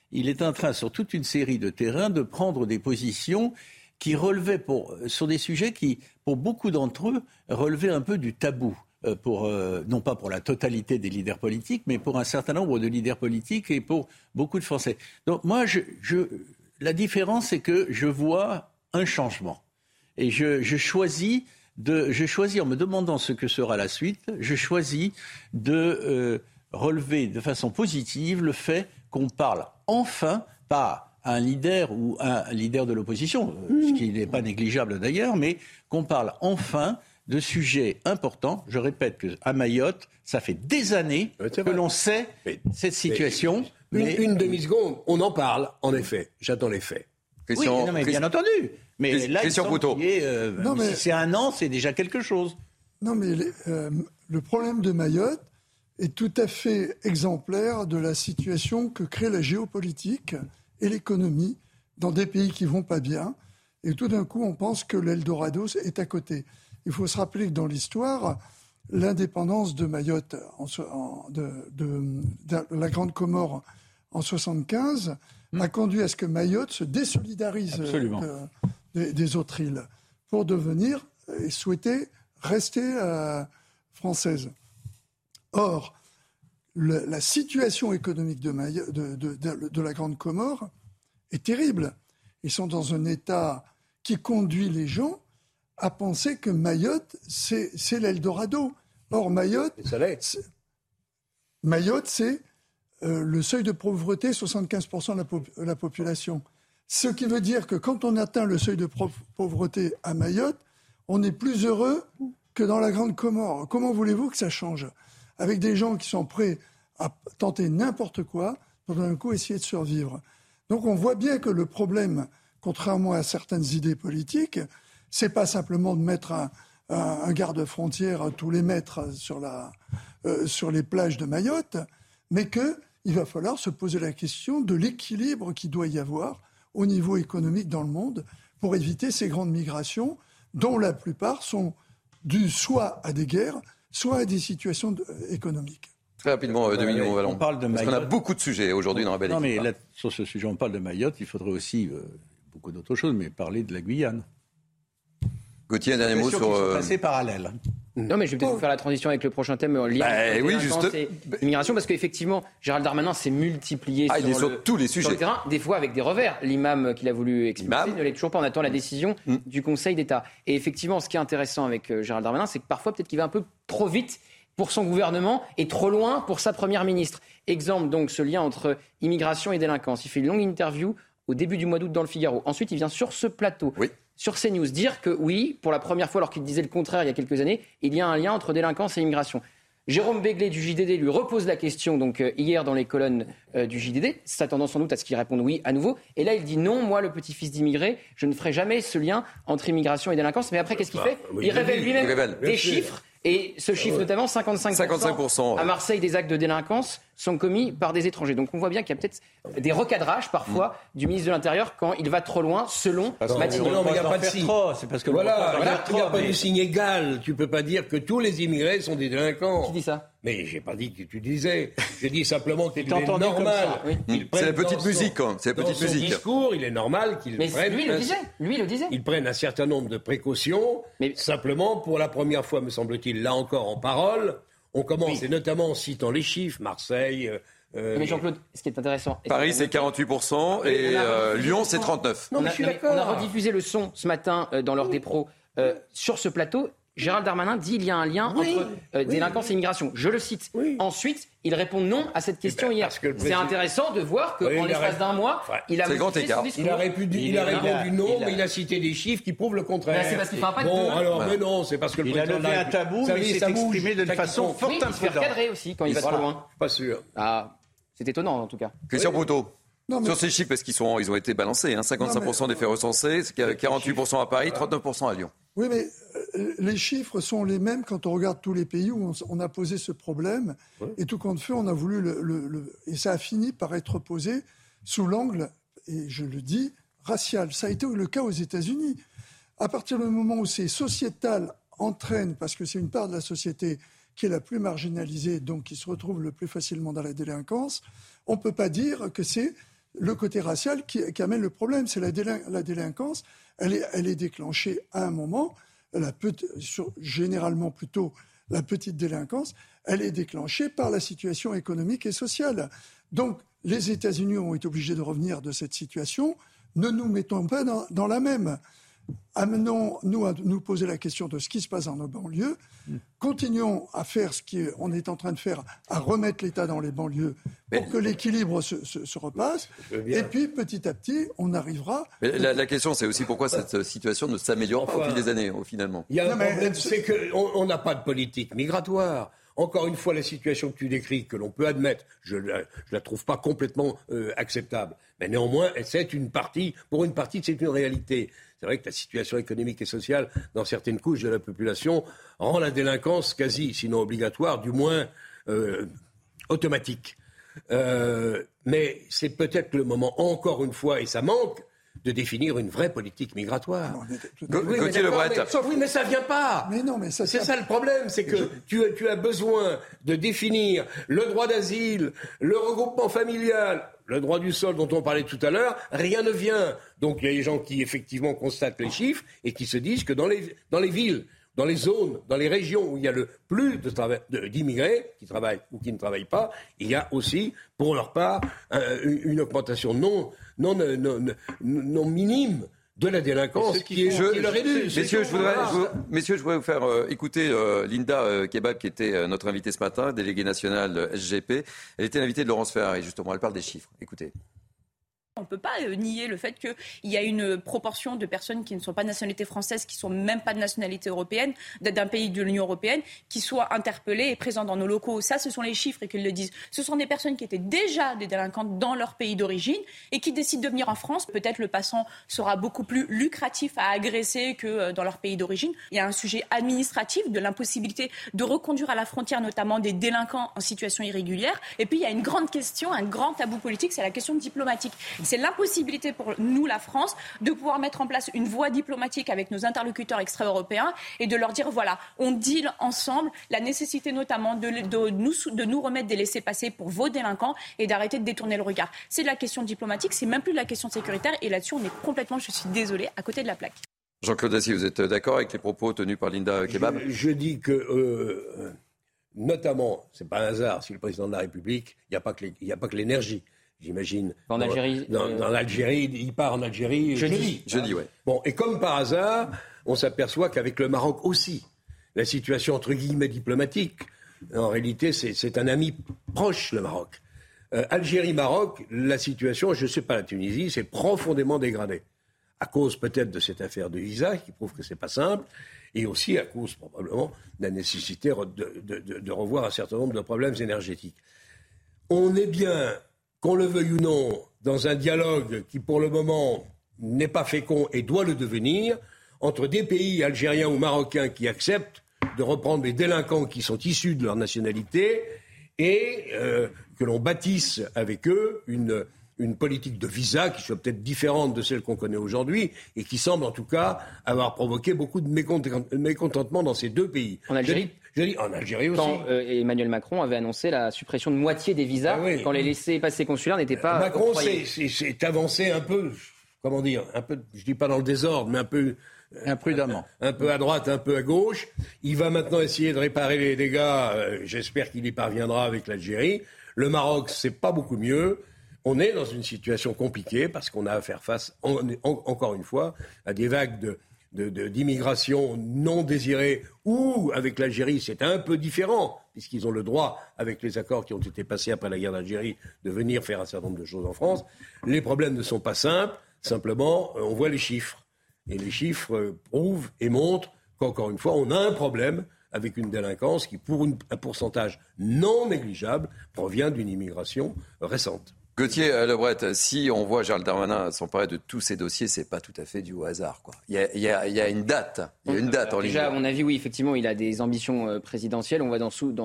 il est en train, sur toute une série de terrains, de prendre des positions qui relevaient sur des sujets qui, pour beaucoup d'entre eux, relevaient un peu du tabou. Non pas pour la totalité des leaders politiques, mais pour un certain nombre de leaders politiques et pour beaucoup de Français. Donc moi, la différence, c'est que je vois un changement. Et je choisis, en me demandant ce que sera la suite, je choisis de relever de façon positive le fait qu'on parle enfin, pas à un leader ou un leader de l'opposition, ce qui n'est pas négligeable d'ailleurs, mais qu'on parle enfin de sujets importants. Je répète qu'à Mayotte, ça fait des années que l'on sait cette situation. Une demi-seconde, on en parle, en effet. J'attends les faits. Oui, non, mais bien entendu. Mais là, si c'est un an, c'est déjà quelque chose. Non, mais le problème de Mayotte est tout à fait exemplaire de la situation que crée la géopolitique et l'économie dans des pays qui vont pas bien. Et tout d'un coup, on pense que l'Eldorado est à côté. Il faut se rappeler que dans l'histoire, l'indépendance de Mayotte, de la Grande Comore en 1975, a conduit à ce que Mayotte se désolidarise des autres îles pour devenir et souhaiter rester française. Or, la situation économique de la Grande Comore est terrible. Ils sont dans un état qui conduit les gens à penser que Mayotte, c'est l'Eldorado. Or, Mayotte, c'est le seuil de pauvreté, 75% de la population. Ce qui veut dire que quand on atteint le seuil de pauvreté à Mayotte, on est plus heureux que dans la Grande Comore. Comment voulez-vous que ça change ? Avec des gens qui sont prêts à tenter n'importe quoi pour d'un coup essayer de survivre. Donc on voit bien que le problème, contrairement à certaines idées politiques, c'est pas simplement de mettre un garde-frontière à tous les mètres sur les plages de Mayotte, mais qu'il va falloir se poser la question de l'équilibre qu'il doit y avoir au niveau économique dans le monde pour éviter ces grandes migrations dont la plupart sont dues soit à des guerres, soit à des situations économiques. Très rapidement, Dominique Montvalon. On parle de Mayotte. Parce qu'on a beaucoup de sujets aujourd'hui dans la belle équipe. Non, mais là, sur ce sujet, on parle de Mayotte. Il faudrait aussi beaucoup d'autres choses, mais parler de la Guyane. Gauthier, un dernier mot sur... passer parallèle. Non, mais je vais peut-être vous faire la transition avec le prochain thème lié et l'immigration, parce qu'effectivement, Gérald Darmanin s'est multiplié sur tous les sujets. Sur le terrain, des fois avec des revers. L'imam qu'il a voulu expulser ne l'est toujours pas. On attend la décision du Conseil d'État. Et effectivement, ce qui est intéressant avec Gérald Darmanin, c'est que parfois, peut-être qu'il va un peu trop vite pour son gouvernement et trop loin pour sa première ministre. Exemple, donc, ce lien entre immigration et délinquance. Il fait une longue interview au début du mois d'août dans le Figaro. Ensuite, il vient sur ce plateau, sur CNews, dire que oui, pour la première fois, alors qu'il disait le contraire il y a quelques années, il y a un lien entre délinquance et immigration. Jérôme Béglé du JDD lui repose la question donc hier dans les colonnes du JDD, s'attendant sans doute à ce qu'il réponde oui à nouveau. Et là, il dit non, moi, le petit-fils d'immigré, je ne ferai jamais ce lien entre immigration et délinquance. Mais après, qu'est-ce qu'il fait ? Il révèle lui-même des chiffres. Et ce chiffre, notamment 55% à Marseille, des actes de délinquance sont commis par des étrangers. Donc on voit bien qu'il y a peut-être des recadrages parfois du ministre de l'Intérieur quand il va trop loin, selon Matignon. Non, mais il n'y a pas de signe. C'est parce que il n'y a pas de signe égal. Tu ne peux pas dire que tous les immigrés sont des délinquants. Qui dit ça ? Mais j'ai pas dit que tu disais. J'ai dit simplement qu'il est normal. C'est la petite musique. C'est la petite musique. Discours, il est normal qu'il prenne. Lui le disait. Il prenne un certain nombre de précautions. Mais simplement, pour la première fois, me semble-t-il, là encore en parole, on commence, et notamment en citant les chiffres, Marseille. Mais Jean-Claude, ce qui est intéressant. Paris, c'est 48% et Lyon, c'est 39%. Non, mais je suis d'accord. On a rediffusé le son ce matin dans l'heure des pros sur ce plateau. Gérald Darmanin dit qu'il y a un lien entre délinquance et immigration. Je le cite. Ensuite, il répond non à cette question hier. C'est intéressant de voir qu'en l'espace d'un mois, il a modifié son discours. Il a répondu non, mais il a cité des chiffres qui prouvent le contraire. C'est parce qu'il ne fera pas de bon, alors, mais non, c'est parce que le président a levé un tabou, mais il s'est exprimé de façon fort imprudente. Il se fait recadrer aussi quand il va trop loin. Je suis pas sûr. Ah, c'est étonnant en tout cas. Christian Proutot. Sur ces chiffres, parce qu'ils ont été balancés, 55% des faits recensés, 48% à Paris, 39% à Lyon. Oui, mais les chiffres sont les mêmes quand on regarde tous les pays où on a posé ce problème. Et tout compte fait, on a voulu et ça a fini par être posé sous l'angle, et je le dis, racial. Ça a été le cas aux États-Unis. À partir du moment où c'est sociétal, entraîne, parce que c'est une part de la société qui est la plus marginalisée, donc qui se retrouve le plus facilement dans la délinquance, on ne peut pas dire que c'est le côté racial qui amène le problème. C'est la délinquance. Elle est déclenchée à un moment. Généralement plutôt la petite délinquance. Elle est déclenchée par la situation économique et sociale. Donc, les États-Unis ont été obligés de revenir de cette situation. Ne nous mettons pas dans la même. Amenons-nous à nous poser la question de ce qui se passe dans nos banlieues. Continuons à faire ce qu'on est en train de faire, à remettre l'État dans les banlieues pour que l'équilibre se repasse. Et puis, petit à petit, on arrivera... Mais la question, c'est aussi pourquoi cette situation ne s'améliore pas au fil des années, finalement. Il y a un problème, c'est qu'on n'a pas de politique migratoire. Encore une fois, la situation que tu décris, que l'on peut admettre, je la trouve pas complètement acceptable. Mais néanmoins, pour une partie, c'est une réalité. C'est vrai que la situation économique et sociale dans certaines couches de la population rend la délinquance quasi, sinon obligatoire, du moins automatique. Mais c'est peut-être le moment, encore une fois, et ça manque, de définir une vraie politique migratoire. Gauthier Lebret. Oui, mais ça vient pas. Mais non, mais c'est ça le problème, c'est que tu as besoin de définir le droit d'asile, le regroupement familial, le droit du sol dont on parlait tout à l'heure, rien ne vient. Donc il y a des gens qui effectivement constatent les chiffres et qui se disent que dans les villes, dans les zones, dans les régions où il y a le plus d'immigrés qui travaillent ou qui ne travaillent pas, il y a aussi, pour leur part, une augmentation non minime de la délinquance qui leur est due. Messieurs, je voudrais vous faire écouter Linda Kebab, qui était notre invitée ce matin, déléguée nationale SGP. Elle était l'invitée de Laurence Ferrari, justement. Elle parle des chiffres. Écoutez. On ne peut pas nier le fait qu'il y a une proportion de personnes qui ne sont pas de nationalité française, qui ne sont même pas de nationalité européenne, d'un pays de l'Union européenne, qui soient interpellées et présentes dans nos locaux. Ça, ce sont les chiffres et qu'ils le disent. Ce sont des personnes qui étaient déjà des délinquantes dans leur pays d'origine et qui décident de venir en France. Peut-être le passant sera beaucoup plus lucratif à agresser que dans leur pays d'origine. Il y a un sujet administratif de l'impossibilité de reconduire à la frontière notamment des délinquants en situation irrégulière. Et puis il y a une grande question, un grand tabou politique, c'est la question diplomatique. C'est l'impossibilité pour nous, la France, de pouvoir mettre en place une voie diplomatique avec nos interlocuteurs extra-européens et de leur dire, voilà, on deal ensemble, la nécessité notamment de nous remettre des laissez-passer pour vos délinquants et d'arrêter de détourner le regard. C'est de la question diplomatique, c'est même plus de la question sécuritaire et là-dessus, on est complètement, je suis désolée, à côté de la plaque. Jean-Claude Dacier, vous êtes d'accord avec les propos tenus par Linda Kebab ? Je dis que, notamment, c'est pas un hasard, si le président de la République, il n'y a pas que l'énergie. J'imagine. En Algérie. Dans l'Algérie, il part en Algérie jeudi, ouais. Bon, et comme par hasard, on s'aperçoit qu'avec le Maroc aussi, la situation entre guillemets diplomatique, en réalité, c'est un ami proche, le Maroc. Algérie-Maroc, la situation, je ne sais pas, la Tunisie, s'est profondément dégradée. À cause peut-être de cette affaire de visa, qui prouve que c'est pas simple, et aussi à cause probablement de la nécessité de revoir un certain nombre de problèmes énergétiques. On est bien, qu'on le veuille ou non, dans un dialogue qui, pour le moment, n'est pas fécond et doit le devenir, entre des pays algériens ou marocains qui acceptent de reprendre les délinquants qui sont issus de leur nationalité et que l'on bâtisse avec eux une politique de visa qui soit peut-être différente de celle qu'on connaît aujourd'hui et qui semble en tout cas avoir provoqué beaucoup de mécontentement dans ces deux pays. En Algérie ? Je dis en Algérie aussi. Quand Emmanuel Macron avait annoncé la suppression de moitié des visas, quand les laissez-passer consulaires n'étaient pas Macron s'est avancé un peu, comment dire, un peu, je dis pas dans le désordre, mais un peu imprudemment, un peu à droite, un peu à gauche. Il va maintenant essayer de réparer les dégâts. J'espère qu'il y parviendra avec l'Algérie. Le Maroc, c'est pas beaucoup mieux. On est dans une situation compliquée parce qu'on a à faire face, encore une fois, à des vagues d'immigration non désirée ou avec l'Algérie, c'est un peu différent puisqu'ils ont le droit, avec les accords qui ont été passés après la guerre d'Algérie, de venir faire un certain nombre de choses en France. Les problèmes ne sont pas simples, simplement on voit les chiffres. Et les chiffres prouvent et montrent qu'encore une fois, on a un problème avec une délinquance qui, pour un pourcentage non négligeable, provient d'une immigration récente. Gauthier Lebret, si on voit Gérald Darmanin s'emparer de tous ces dossiers, c'est pas tout à fait dû au hasard, quoi. Il y a une date. Il y a une date en ligne. Déjà, à mon avis, oui, effectivement, il a des ambitions présidentielles. On voit de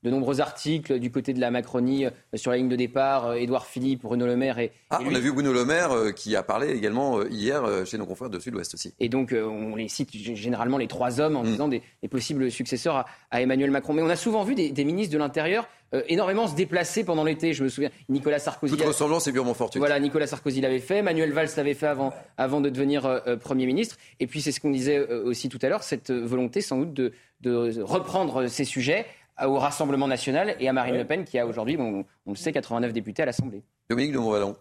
de nombreux articles du côté de la Macronie sur la ligne de départ, Édouard Philippe, Bruno Le Maire. On a vu Bruno Le Maire qui a parlé également hier chez nos confrères de Sud-Ouest aussi. Et donc on les cite généralement les 3 hommes en disant des possibles successeurs à Emmanuel Macron. Mais on a souvent vu des ministres de l'Intérieur énormément se déplacer pendant l'été. Je me souviens, Nicolas Sarkozy. Toute ressemblance est purement fortuite. Voilà, Nicolas Sarkozy l'avait fait, Manuel Valls l'avait fait avant de devenir Premier ministre. Et puis c'est ce qu'on disait aussi tout à l'heure, cette volonté sans doute de reprendre ces sujets au Rassemblement national et à Marine Le Pen qui a aujourd'hui, on le sait, 89 députés à l'Assemblée. Dominique de Montvalon.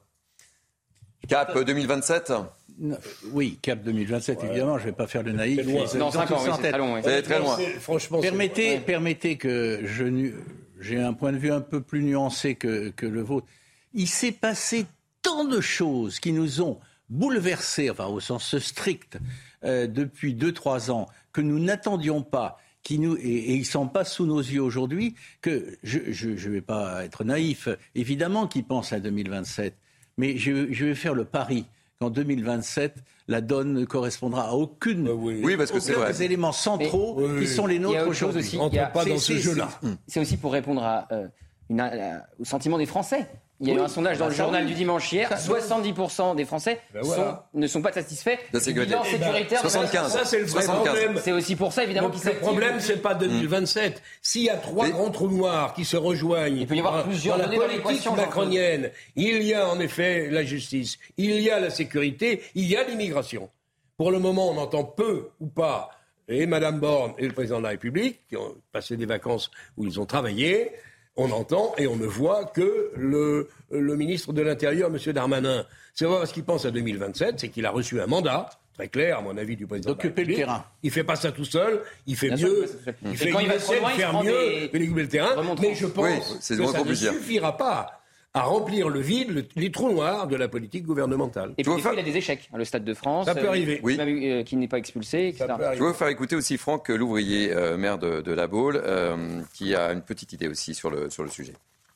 Cap 2027 ? Oui, Cap 2027, évidemment, je ne vais pas faire le naïf. Non, 5 ans, c'est très long. C'est très loin. Franchement, permettez que j'ai un point de vue un peu plus nuancé que le vôtre. Il s'est passé tant de choses qui nous ont bouleversés, enfin au sens strict, depuis 2-3 ans, que nous n'attendions pas, et ils ne sont pas sous nos yeux aujourd'hui, que je ne vais pas être naïf, évidemment qu'ils pensent à 2027, mais je vais faire le pari qu'en 2027, la donne ne correspondra à aucun des éléments centraux qui sont les nôtres aujourd'hui. Il y a autre chose aussi. Pas dans ce jeu-là. C'est aussi pour répondre au sentiment des Français. Il y a eu un sondage dans le journal du dimanche hier. 70% des Français ne sont pas satisfaits du bilan sécuritaire. 75. Ça, c'est le vrai problème. C'est aussi pour ça, évidemment, qu'il s'active. Le problème, c'est pas 2027. S'il y a 3 grands trous noirs qui se rejoignent il peut y avoir plusieurs dans la politique macronienne, il y a en effet la justice, il y a la sécurité, il y a l'immigration. Pour le moment, on entend peu ou pas et Mme Borne et le président de la République, qui ont passé des vacances où ils ont travaillé. On entend et on ne voit que le ministre de l'Intérieur, M. Darmanin. C'est pas parce qu'il pense à 2027, c'est qu'il a reçu un mandat, très clair, à mon avis, du président d'occuper le terrain. Il ne fait pas ça tout seul, il fait mieux, il essaie de faire mieux que d'occuper le terrain, mais je pense que ça ne suffira pas à remplir le vide, les trous noirs de la politique gouvernementale. Et puis il a des échecs. Le Stade de France, ça peut arriver. Qui n'est pas expulsé, etc. Je veux vous faire écouter aussi Franck Louvrier, maire de La Baule, qui a une petite idée aussi sur le sujet.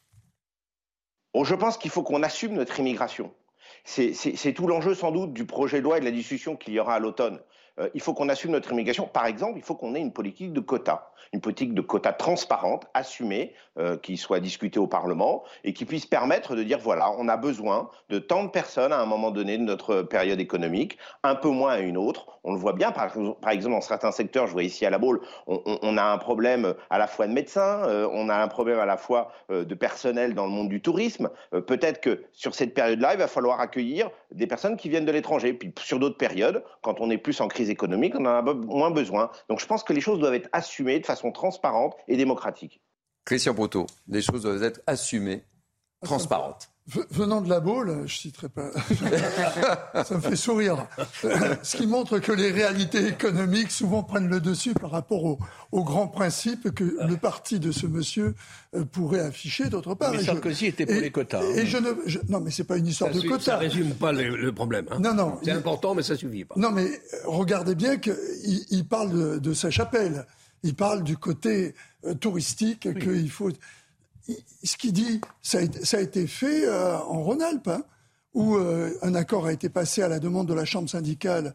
Bon, je pense qu'il faut qu'on assume notre immigration. C'est tout l'enjeu sans doute du projet de loi et de la discussion qu'il y aura à l'automne. Il faut qu'on assume notre immigration. Par exemple, il faut qu'on ait une politique de quotas. Une politique de quotas transparente, assumée, qui soit discutée au Parlement et qui puisse permettre de dire, voilà, on a besoin de tant de personnes à un moment donné de notre période économique, un peu moins à une autre. On le voit bien, par exemple, dans certains secteurs, je vois ici à La Baule, on a un problème à la fois de médecins, on a un problème à la fois de personnel dans le monde du tourisme. Peut-être que sur cette période-là, il va falloir accueillir des personnes qui viennent de l'étranger. Puis sur d'autres périodes, quand on est plus en crise économique, on en a moins besoin. Donc je pense que les choses doivent être assumées de façon transparente et démocratique. Christian Proto, les choses doivent être assumées, transparentes. Venant de La Baule, je ne citerai pas, ça me fait sourire. Ce qui montre que les réalités économiques souvent prennent le dessus par rapport aux grands principes que le parti de ce monsieur pourrait afficher d'autre part. Mais Sarkozy était pour les quotas. Non, mais ce n'est pas une histoire de quotas. Ça ne résume pas le problème. Hein. Non. C'est important, mais ça ne suffit pas. Non, mais regardez bien qu'il parle de sa chapelle. Il parle du côté touristique qu'il faut... Ce qu'il dit, ça a été fait en Rhône-Alpes, hein, où un accord a été passé à la demande de la Chambre syndicale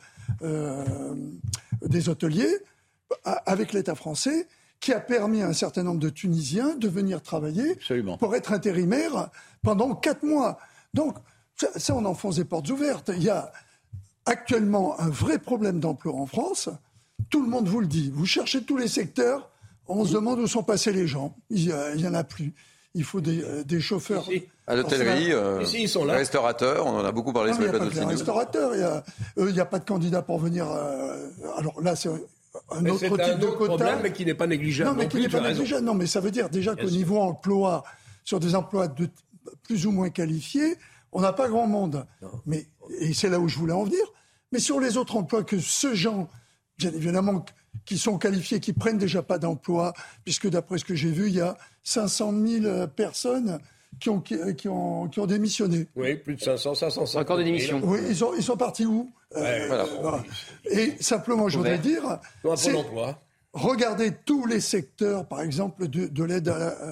des hôteliers avec l'État français, qui a permis à un certain nombre de Tunisiens de venir travailler pour être intérimaires pendant 4 mois. Donc, ça, on enfonce des portes ouvertes. Il y a actuellement un vrai problème d'emploi en France. Tout le monde vous le dit. Vous cherchez tous les secteurs. On se demande où sont passés les gens. Il n'y en a plus. Il faut des chauffeurs. À l'hôtellerie, ils sont là. Restaurateurs, on en a beaucoup parlé sur les plateaux de CNews. Restaurateurs, il n'y a pas de candidat pour venir. Alors là, c'est un autre type de quota. Problème, mais qui n'est pas négligeable. Non, mais qui n'est pas négligeable. Non, mais ça veut dire déjà qu'au niveau emploi, sur des emplois plus ou moins qualifiés, on n'a pas grand monde. Et c'est là où je voulais en venir. Mais sur les autres emplois que ceux gens, bien évidemment, qui sont qualifiés, qui prennent déjà pas d'emploi, puisque d'après ce que j'ai vu, il y a 500 000 personnes qui ont démissionné. Oui, plus de 550. Encore de démission. Oui, ils sont partis où voilà. Et simplement, je voudrais dire, regardez tous les secteurs, par exemple, de l'aide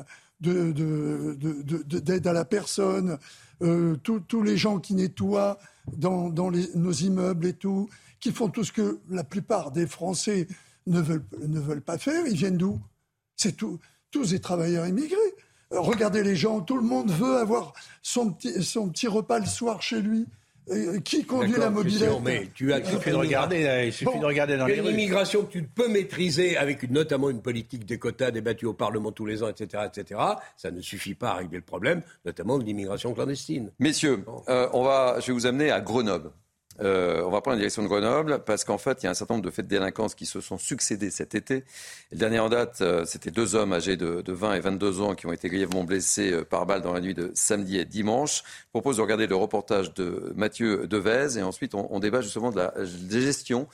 d'aide à la personne, tous les gens qui nettoient dans nos immeubles et tout, qui font tout ce que la plupart des Français ne veulent pas faire. Ils viennent d'où ? C'est tous des travailleurs immigrés. Regardez les gens, tout le monde veut avoir son petit repas le soir chez lui. Qui conduit la mobilette? Mais il suffit de regarder dans les rues. Une immigration que tu peux maîtriser avec notamment une politique des quotas débattue au Parlement tous les ans, etc., ça ne suffit pas à régler le problème, notamment de l'immigration clandestine. Messieurs, je vais vous amener à Grenoble. On va prendre la direction de Grenoble parce qu'en fait, il y a un certain nombre de faits de délinquance qui se sont succédés cet été. Et le dernier en date, c'était 2 hommes âgés de 20 et 22 ans qui ont été grièvement blessés par balle dans la nuit de samedi et dimanche. Je propose de regarder le reportage de Mathieu Devez et ensuite on débat justement de la gestion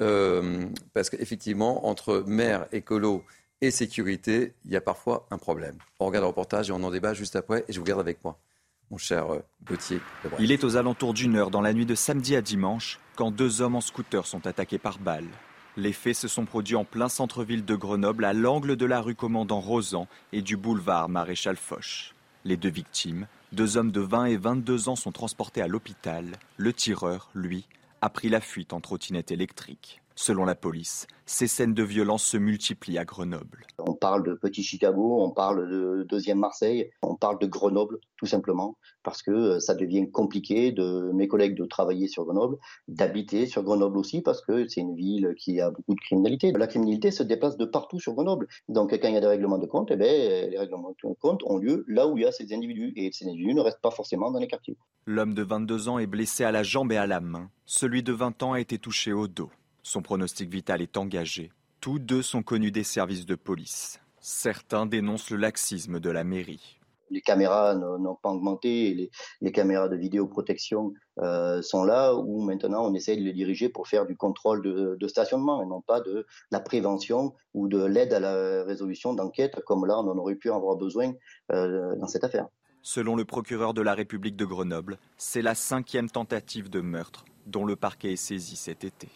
parce qu'effectivement, entre maire, écolo et sécurité, il y a parfois un problème. On regarde le reportage et on en débat juste après et je vous garde avec moi. Mon cher Gauthier. Il est aux alentours d'1h dans la nuit de samedi à dimanche quand 2 hommes en scooter sont attaqués par balle. Les faits se sont produits en plein centre-ville de Grenoble, à l'angle de la rue Commandant Rozan et du boulevard Maréchal Foch. Les 2 victimes, 2 hommes de 20 et 22 ans, sont transportés à l'hôpital. Le tireur, lui, a pris la fuite en trottinette électrique. Selon la police, ces scènes de violence se multiplient à Grenoble. On parle de Petit Chicago, on parle de 2e Marseille, on parle de Grenoble, tout simplement, parce que ça devient compliqué de mes collègues de travailler sur Grenoble, d'habiter sur Grenoble aussi, parce que c'est une ville qui a beaucoup de criminalité. La criminalité se déplace de partout sur Grenoble. Donc quand il y a des règlements de compte, les règlements de compte ont lieu là où il y a ces individus, et ces individus ne restent pas forcément dans les quartiers. L'homme de 22 ans est blessé à la jambe et à la main. Celui de 20 ans a été touché au dos. Son pronostic vital est engagé. Tous 2 sont connus des services de police. Certains dénoncent le laxisme de la mairie. Les caméras n'ont pas augmenté, les caméras de vidéoprotection sont là où maintenant on essaie de les diriger pour faire du contrôle de stationnement et non pas de la prévention ou de l'aide à la résolution d'enquêtes comme là on en aurait pu avoir besoin dans cette affaire. Selon le procureur de la République de Grenoble, c'est la 5e tentative de meurtre dont le parquet est saisi cet été.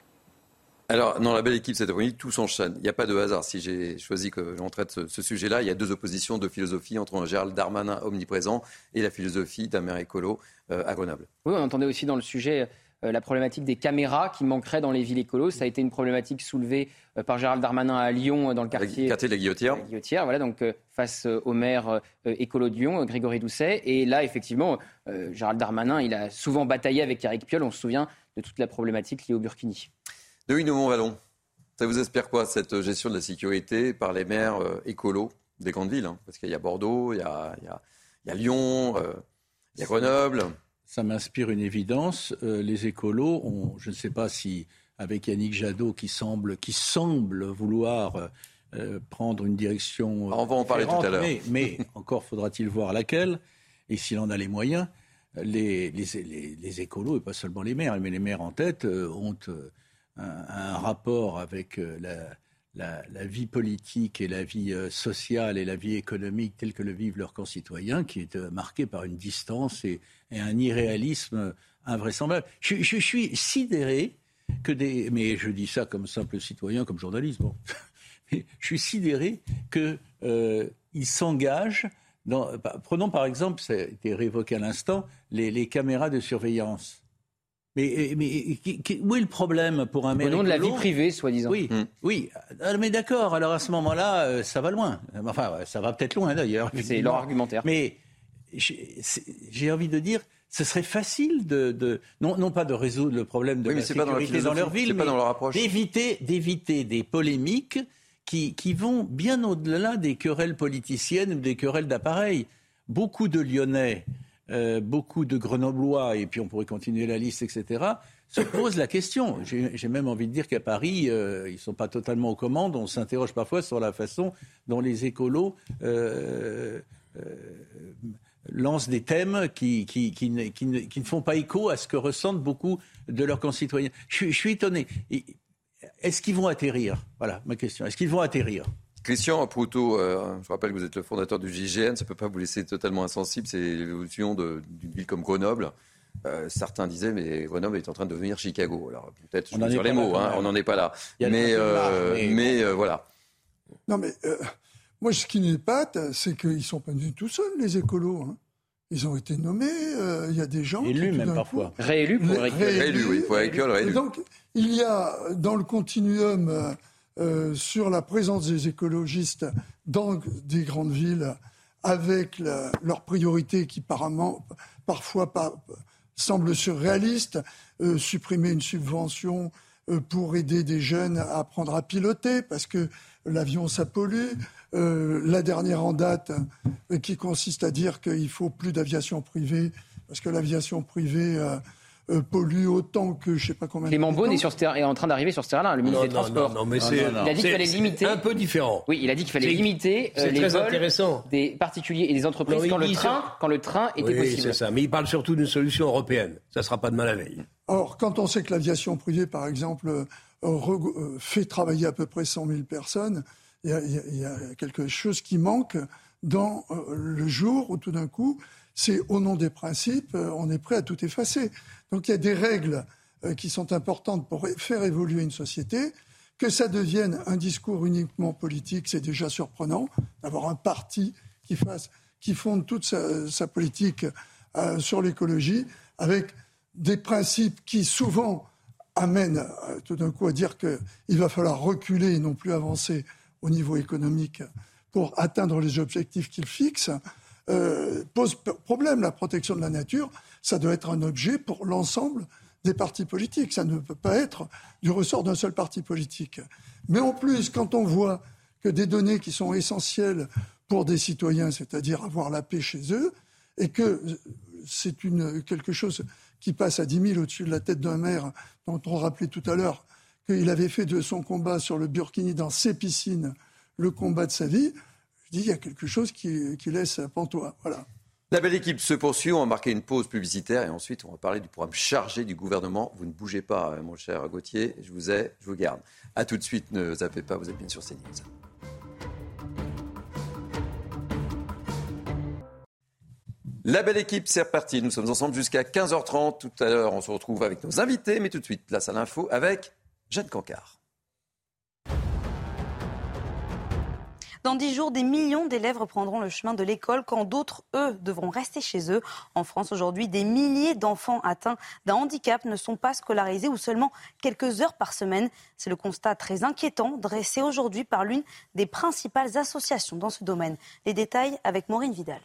Alors, dans la belle équipe cet après-midi, tout s'enchaîne. Il n'y a pas de hasard. Si j'ai choisi que l'on traite ce sujet-là, il y a 2 oppositions de philosophie entre un Gérald Darmanin omniprésent et la philosophie d'un maire écolo à Grenoble. Oui, on entendait aussi dans le sujet la problématique des caméras qui manqueraient dans les villes écolos. Ça a été une problématique soulevée par Gérald Darmanin à Lyon, dans le quartier de la Guillotière. Voilà, donc face au maire écolo de Lyon, Grégory Doucet. Et là, effectivement, Gérald Darmanin, il a souvent bataillé avec Éric Piolle. On se souvient de toute la problématique liée au Burkini. Loïc de Montvalon, ça vous inspire quoi, cette gestion de la sécurité par les maires écolos des grandes villes, parce qu'il y a Bordeaux, il y a Lyon, il y a Grenoble. Ça m'inspire une évidence. Les écolos, je ne sais pas si, avec Yannick Jadot, qui semble vouloir prendre une direction... on va en parler tout à l'heure. Mais encore faudra-t-il voir laquelle, et s'il en a les moyens. Les écolos, et pas seulement les maires, mais les maires en tête, ont... un rapport avec la vie politique et la vie sociale et la vie économique telle que le vivent leurs concitoyens, qui est marqué par une distance et un irréalisme invraisemblable. Je suis sidéré mais je dis ça comme simple citoyen, comme journaliste, bon. Mais je suis sidéré qu'ils s'engagent prenons par exemple, ça a été réévoqué à l'instant, les caméras de surveillance. Mais où est le problème pour un maire écolo ? Au nom de la vie privée, soi-disant. Oui, mais d'accord. Alors à ce moment-là, ça va loin. Enfin, ça va peut-être loin d'ailleurs. C'est leur argumentaire. Mais j'ai envie de dire, ce serait facile non pas de résoudre le problème de la sécurité dans leur ville, mais d'éviter des polémiques qui vont bien au-delà des querelles politiciennes ou des querelles d'appareil. Beaucoup de Lyonnais... beaucoup de Grenoblois, et puis on pourrait continuer la liste, etc., se posent la question. J'ai même envie de dire qu'à Paris, ils ne sont pas totalement aux commandes. On s'interroge parfois sur la façon dont les écolos lancent des thèmes qui ne font pas écho à ce que ressentent beaucoup de leurs concitoyens. Je suis étonné. Est-ce qu'ils vont atterrir ? Voilà ma question. Est-ce qu'ils vont atterrir ? Christian Proutot, je rappelle que vous êtes le fondateur du GIGN, ça ne peut pas vous laisser totalement insensible, c'est l'évolution d'une ville comme Grenoble. Certains disaient, mais Grenoble est en train de devenir Chicago. Alors peut-être, je vais dire les mots, on n'en est pas là. Mais voilà. Non mais, moi ce qui m'épate, c'est qu'ils ne sont pas venus tout seuls, les écolos. Ils ont été nommés, il y a des gens... Élus même parfois. Réélus pour Éric Piolle. Réélus, oui, pour Éric Piolle, réélus. Donc il y a dans le continuum... sur la présence des écologistes dans des grandes villes avec leurs priorités qui parfois semblent surréalistes, supprimer une subvention pour aider des jeunes à apprendre à piloter parce que l'avion ça pollue, la dernière en date qui consiste à dire qu'il faut plus d'aviation privée parce que l'aviation privée pollue autant que je ne sais pas combien. Clément Beaune est en train d'arriver sur ce terrain-là, le ministre des Transports. Non, mais il a dit qu'il fallait limiter. Un peu différent. Oui, il a dit qu'il fallait limiter les vols des particuliers et des entreprises quand le train était possible. Oui, c'est ça. Mais il parle surtout d'une solution européenne. Ça ne sera pas demain la veille. Or, quand on sait que l'aviation privée, par exemple, fait travailler à peu près 100 000 personnes, il y a quelque chose qui manque dans le jour où tout d'un coup, c'est au nom des principes, on est prêt à tout effacer. Donc il y a des règles qui sont importantes pour faire évoluer une société. Que ça devienne un discours uniquement politique, c'est déjà surprenant d'avoir un parti qui fonde toute sa politique sur l'écologie avec des principes qui souvent amènent tout d'un coup à dire qu'il va falloir reculer et non plus avancer au niveau économique pour atteindre les objectifs qu'il fixe. Pose problème. La protection de la nature, ça doit être un objet pour l'ensemble des partis politiques. Ça ne peut pas être du ressort d'un seul parti politique. Mais en plus, quand on voit que des données qui sont essentielles pour des citoyens, c'est-à-dire avoir la paix chez eux, et que c'est quelque chose qui passe à 10 000 au-dessus de la tête d'un maire, dont on rappelait tout à l'heure qu'il avait fait de son combat sur le Burkini dans ses piscines le combat de sa vie, je dis il y a quelque chose qui laisse pantois. Voilà. La belle équipe se poursuit, on va marquer une pause publicitaire et ensuite on va parler du programme chargé du gouvernement. Vous ne bougez pas, mon cher Gauthier, je vous garde. A tout de suite, ne zappez pas, vous êtes bien sur CNews. La belle équipe, c'est reparti. Nous sommes ensemble jusqu'à 15h30. Tout à l'heure, on se retrouve avec nos invités, mais tout de suite, place à l'info avec Jeanne Cancard. Dans 10 jours, des millions d'élèves reprendront le chemin de l'école quand d'autres, eux, devront rester chez eux. En France, aujourd'hui, des milliers d'enfants atteints d'un handicap ne sont pas scolarisés ou seulement quelques heures par semaine. C'est le constat très inquiétant dressé aujourd'hui par l'une des principales associations dans ce domaine. Les détails avec Maureen Vidal.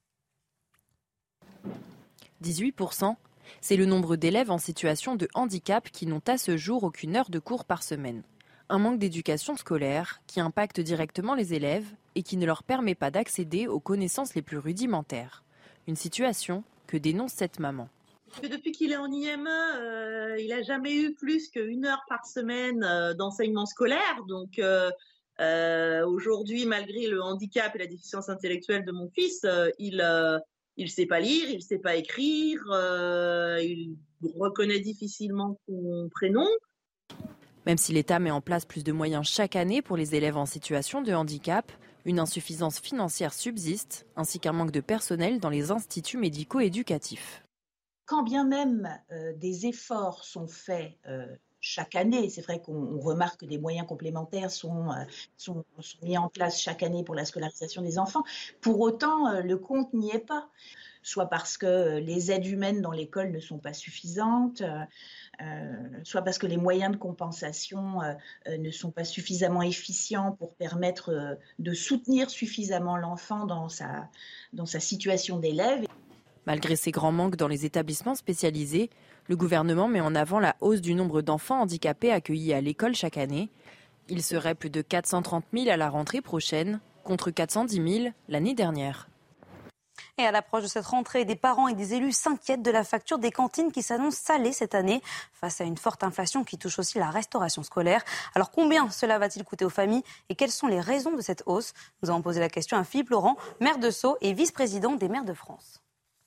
18%, c'est le nombre d'élèves en situation de handicap qui n'ont à ce jour aucune heure de cours par semaine. Un manque d'éducation scolaire qui impacte directement les élèves et qui ne leur permet pas d'accéder aux connaissances les plus rudimentaires. Une situation que dénonce cette maman. Depuis qu'il est en IME, il n'a jamais eu plus qu'une heure par semaine d'enseignement scolaire. Donc aujourd'hui, malgré le handicap et la déficience intellectuelle de mon fils, il ne sait pas lire, il ne sait pas écrire, il reconnaît difficilement son prénom. Même si l'État met en place plus de moyens chaque année pour les élèves en situation de handicap, une insuffisance financière subsiste, ainsi qu'un manque de personnel dans les instituts médico-éducatifs. Quand bien même des efforts sont faits chaque année, c'est vrai qu'on remarque que des moyens complémentaires sont mis en place chaque année pour la scolarisation des enfants, pour autant le compte n'y est pas. Soit parce que les aides humaines dans l'école ne sont pas suffisantes, soit parce que les moyens de compensation ne sont pas suffisamment efficients pour permettre de soutenir suffisamment l'enfant dans sa situation d'élève. Malgré ces grands manques dans les établissements spécialisés, le gouvernement met en avant la hausse du nombre d'enfants handicapés accueillis à l'école chaque année. Il serait plus de 430 000 à la rentrée prochaine, contre 410 000 l'année dernière. Et à l'approche de cette rentrée, des parents et des élus s'inquiètent de la facture des cantines qui s'annonce salée cette année, face à une forte inflation qui touche aussi la restauration scolaire. Alors combien cela va-t-il coûter aux familles et quelles sont les raisons de cette hausse? Nous avons posé la question à Philippe Laurent, maire de Sceaux et vice-président des maires de France.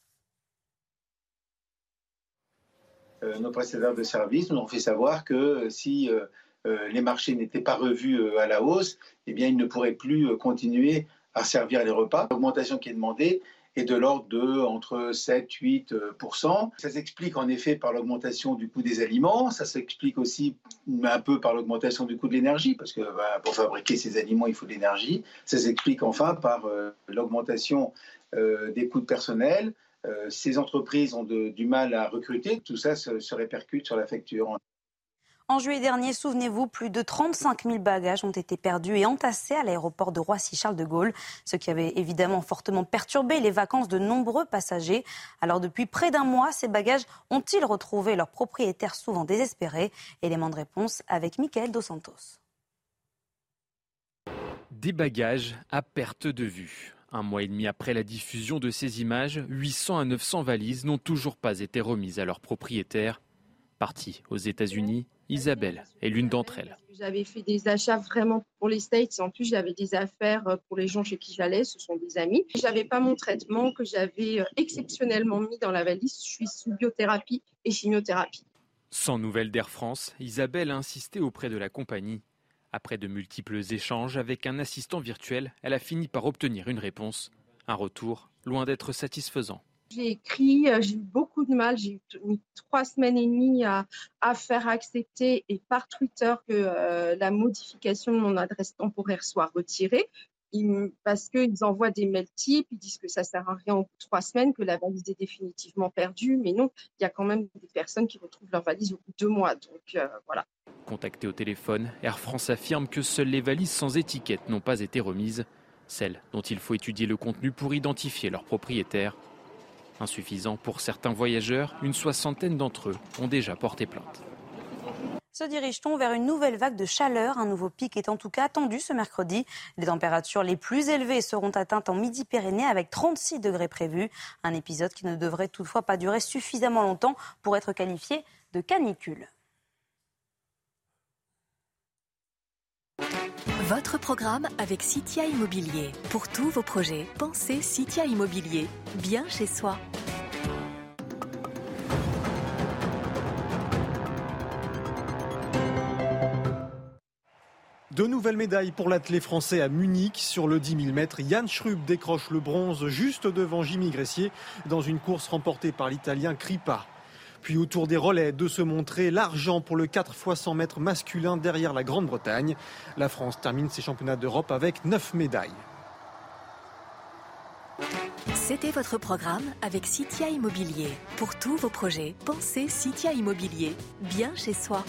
Nos prestataires de services nous ont fait savoir que si les marchés n'étaient pas revus à la hausse, eh bien, ils ne pourraient plus continuer à servir les repas. L'augmentation qui est demandée est de l'ordre de entre 7-8%. Ça s'explique en effet par l'augmentation du coût des aliments, ça s'explique aussi un peu par l'augmentation du coût de l'énergie, parce que pour fabriquer ces aliments, il faut de l'énergie. Ça s'explique enfin par l'augmentation des coûts de personnel. Ces entreprises ont du mal à recruter, tout ça se répercute sur la facture. En juillet dernier, souvenez-vous, plus de 35 000 bagages ont été perdus et entassés à l'aéroport de Roissy-Charles de Gaulle, ce qui avait évidemment fortement perturbé les vacances de nombreux passagers. Alors depuis près d'un mois, ces bagages ont-ils retrouvé leurs propriétaires souvent désespérés? Élément de réponse avec Mickaël Dos Santos. Des bagages à perte de vue. Un mois et demi après la diffusion de ces images, 800 à 900 valises n'ont toujours pas été remises à leurs propriétaires. Partie aux États-Unis, Isabelle est l'une d'entre elles. J'avais fait des achats vraiment pour les States. En plus, j'avais des affaires pour les gens chez qui j'allais. Ce sont des amis. J'avais pas mon traitement que j'avais exceptionnellement mis dans la valise. Je suis sous biothérapie et chimiothérapie. Sans nouvelles d'Air France, Isabelle a insisté auprès de la compagnie. Après de multiples échanges avec un assistant virtuel, elle a fini par obtenir une réponse. Un retour loin d'être satisfaisant. J'ai écrit, j'ai eu beaucoup de mal, j'ai mis 3 semaines et demie à faire accepter et par Twitter que la modification de mon adresse temporaire soit retirée. Parce qu'ils envoient des mails types, ils disent que ça ne sert à rien au bout de 3 semaines, que la valise est définitivement perdue. Mais non, il y a quand même des personnes qui retrouvent leur valise au bout de 2 mois. Donc voilà. Contacté au téléphone, Air France affirme que seules les valises sans étiquette n'ont pas été remises. Celles dont il faut étudier le contenu pour identifier leur propriétaire. Insuffisant pour certains voyageurs, une 60aine d'entre eux ont déjà porté plainte. Se dirige-t-on vers une nouvelle vague de chaleur? Un nouveau pic est en tout cas attendu ce mercredi. Les températures les plus élevées seront atteintes en Midi-Pyrénées avec 36 degrés prévus. Un épisode qui ne devrait toutefois pas durer suffisamment longtemps pour être qualifié de canicule. Votre programme avec Citia Immobilier. Pour tous vos projets, pensez Citia Immobilier, bien chez soi. Deux nouvelles médailles pour l'athlète français à Munich. Sur le 10 000 mètres, Yann Schrub décroche le bronze juste devant Jimmy Gressier dans une course remportée par l'Italien Crippa. Puis autour des relais, de se montrer l'argent pour le 4 x 100 mètres masculin derrière la Grande-Bretagne. La France termine ses championnats d'Europe avec 9 médailles. C'était votre programme avec Citia Immobilier. Pour tous vos projets, pensez Citia Immobilier, bien chez soi.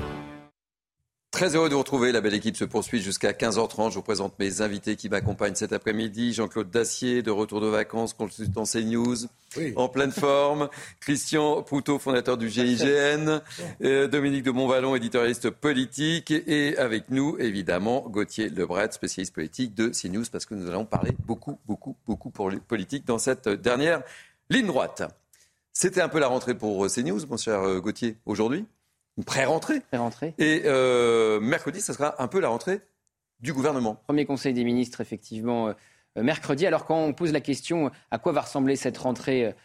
Très heureux de vous retrouver. La belle équipe se poursuit jusqu'à 15h30. Je vous présente mes invités qui m'accompagnent cet après-midi. Jean-Claude Dacier, de retour de vacances, consultant CNews, en pleine forme. Christian Proutot, fondateur du GIGN. Dominique de Montvalon, éditorialiste politique. Et avec nous, évidemment, Gauthier Lebret, spécialiste politique de CNews, parce que nous allons parler beaucoup politique dans cette dernière ligne droite. C'était un peu la rentrée pour CNews, mon cher Gauthier, aujourd'hui. Une pré-rentrée. Et mercredi, ça sera un peu la rentrée du gouvernement. Premier conseil des ministres, effectivement, mercredi. Alors quand on pose la question à quoi va ressembler cette rentrée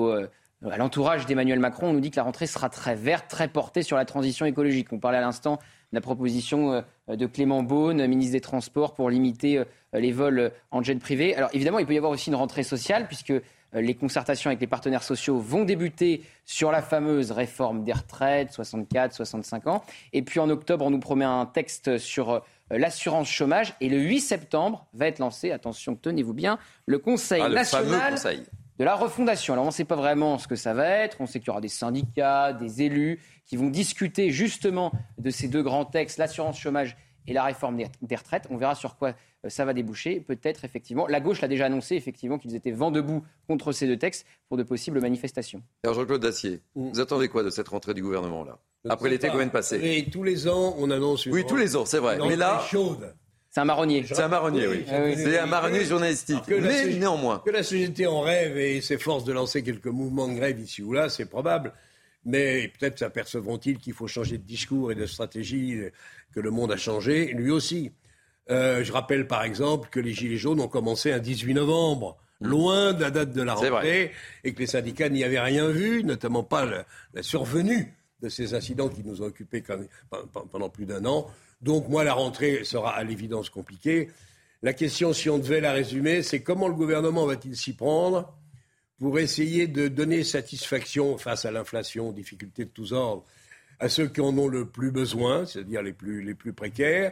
à l'entourage d'Emmanuel Macron, on nous dit que la rentrée sera très verte, très portée sur la transition écologique. On parlait à l'instant de la proposition de Clément Beaune, ministre des Transports, pour limiter les vols en jet privé. Alors évidemment, il peut y avoir aussi une rentrée sociale, puisque les concertations avec les partenaires sociaux vont débuter sur la fameuse réforme des retraites, 64, 65 ans. Et puis en octobre, on nous promet un texte sur l'assurance chômage. Et le 8 septembre va être lancé, attention, tenez-vous bien, le Conseil national de la refondation. Alors on ne sait pas vraiment ce que ça va être. On sait qu'il y aura des syndicats, des élus qui vont discuter justement de ces deux grands textes, l'assurance chômage et la réforme des retraites. On verra sur quoi ça va déboucher. Peut-être, effectivement, la gauche l'a déjà annoncé, effectivement, qu'ils étaient vent debout contre ces deux textes pour de possibles manifestations. Alors Jean-Claude Dacier, vous attendez quoi de cette rentrée du gouvernement, là, après l'été qu'on vient de passer? Et tous les ans, on annonce une Oui, tous les ans, c'est vrai. Mais là, chaude. C'est un marronnier. C'est un marronnier, oui. C'est un marronnier journalistique. Mais néanmoins. Que la société en rêve et s'efforce de lancer quelques mouvements de grève ici ou là, c'est probable. Mais peut-être s'apercevront-ils qu'il faut changer de discours et de stratégie, que le monde a changé, lui aussi. Je rappelle par exemple que les Gilets jaunes ont commencé un 18 novembre, loin de la date de la rentrée, et que les syndicats n'y avaient rien vu, notamment pas la survenue de ces incidents qui nous ont occupés pendant plus d'un an. Donc moi, la rentrée sera à l'évidence compliquée. La question, si on devait la résumer, c'est comment le gouvernement va-t-il s'y prendre pour essayer de donner satisfaction face à l'inflation, difficultés de tous ordres, à ceux qui en ont le plus besoin, c'est-à-dire les plus précaires,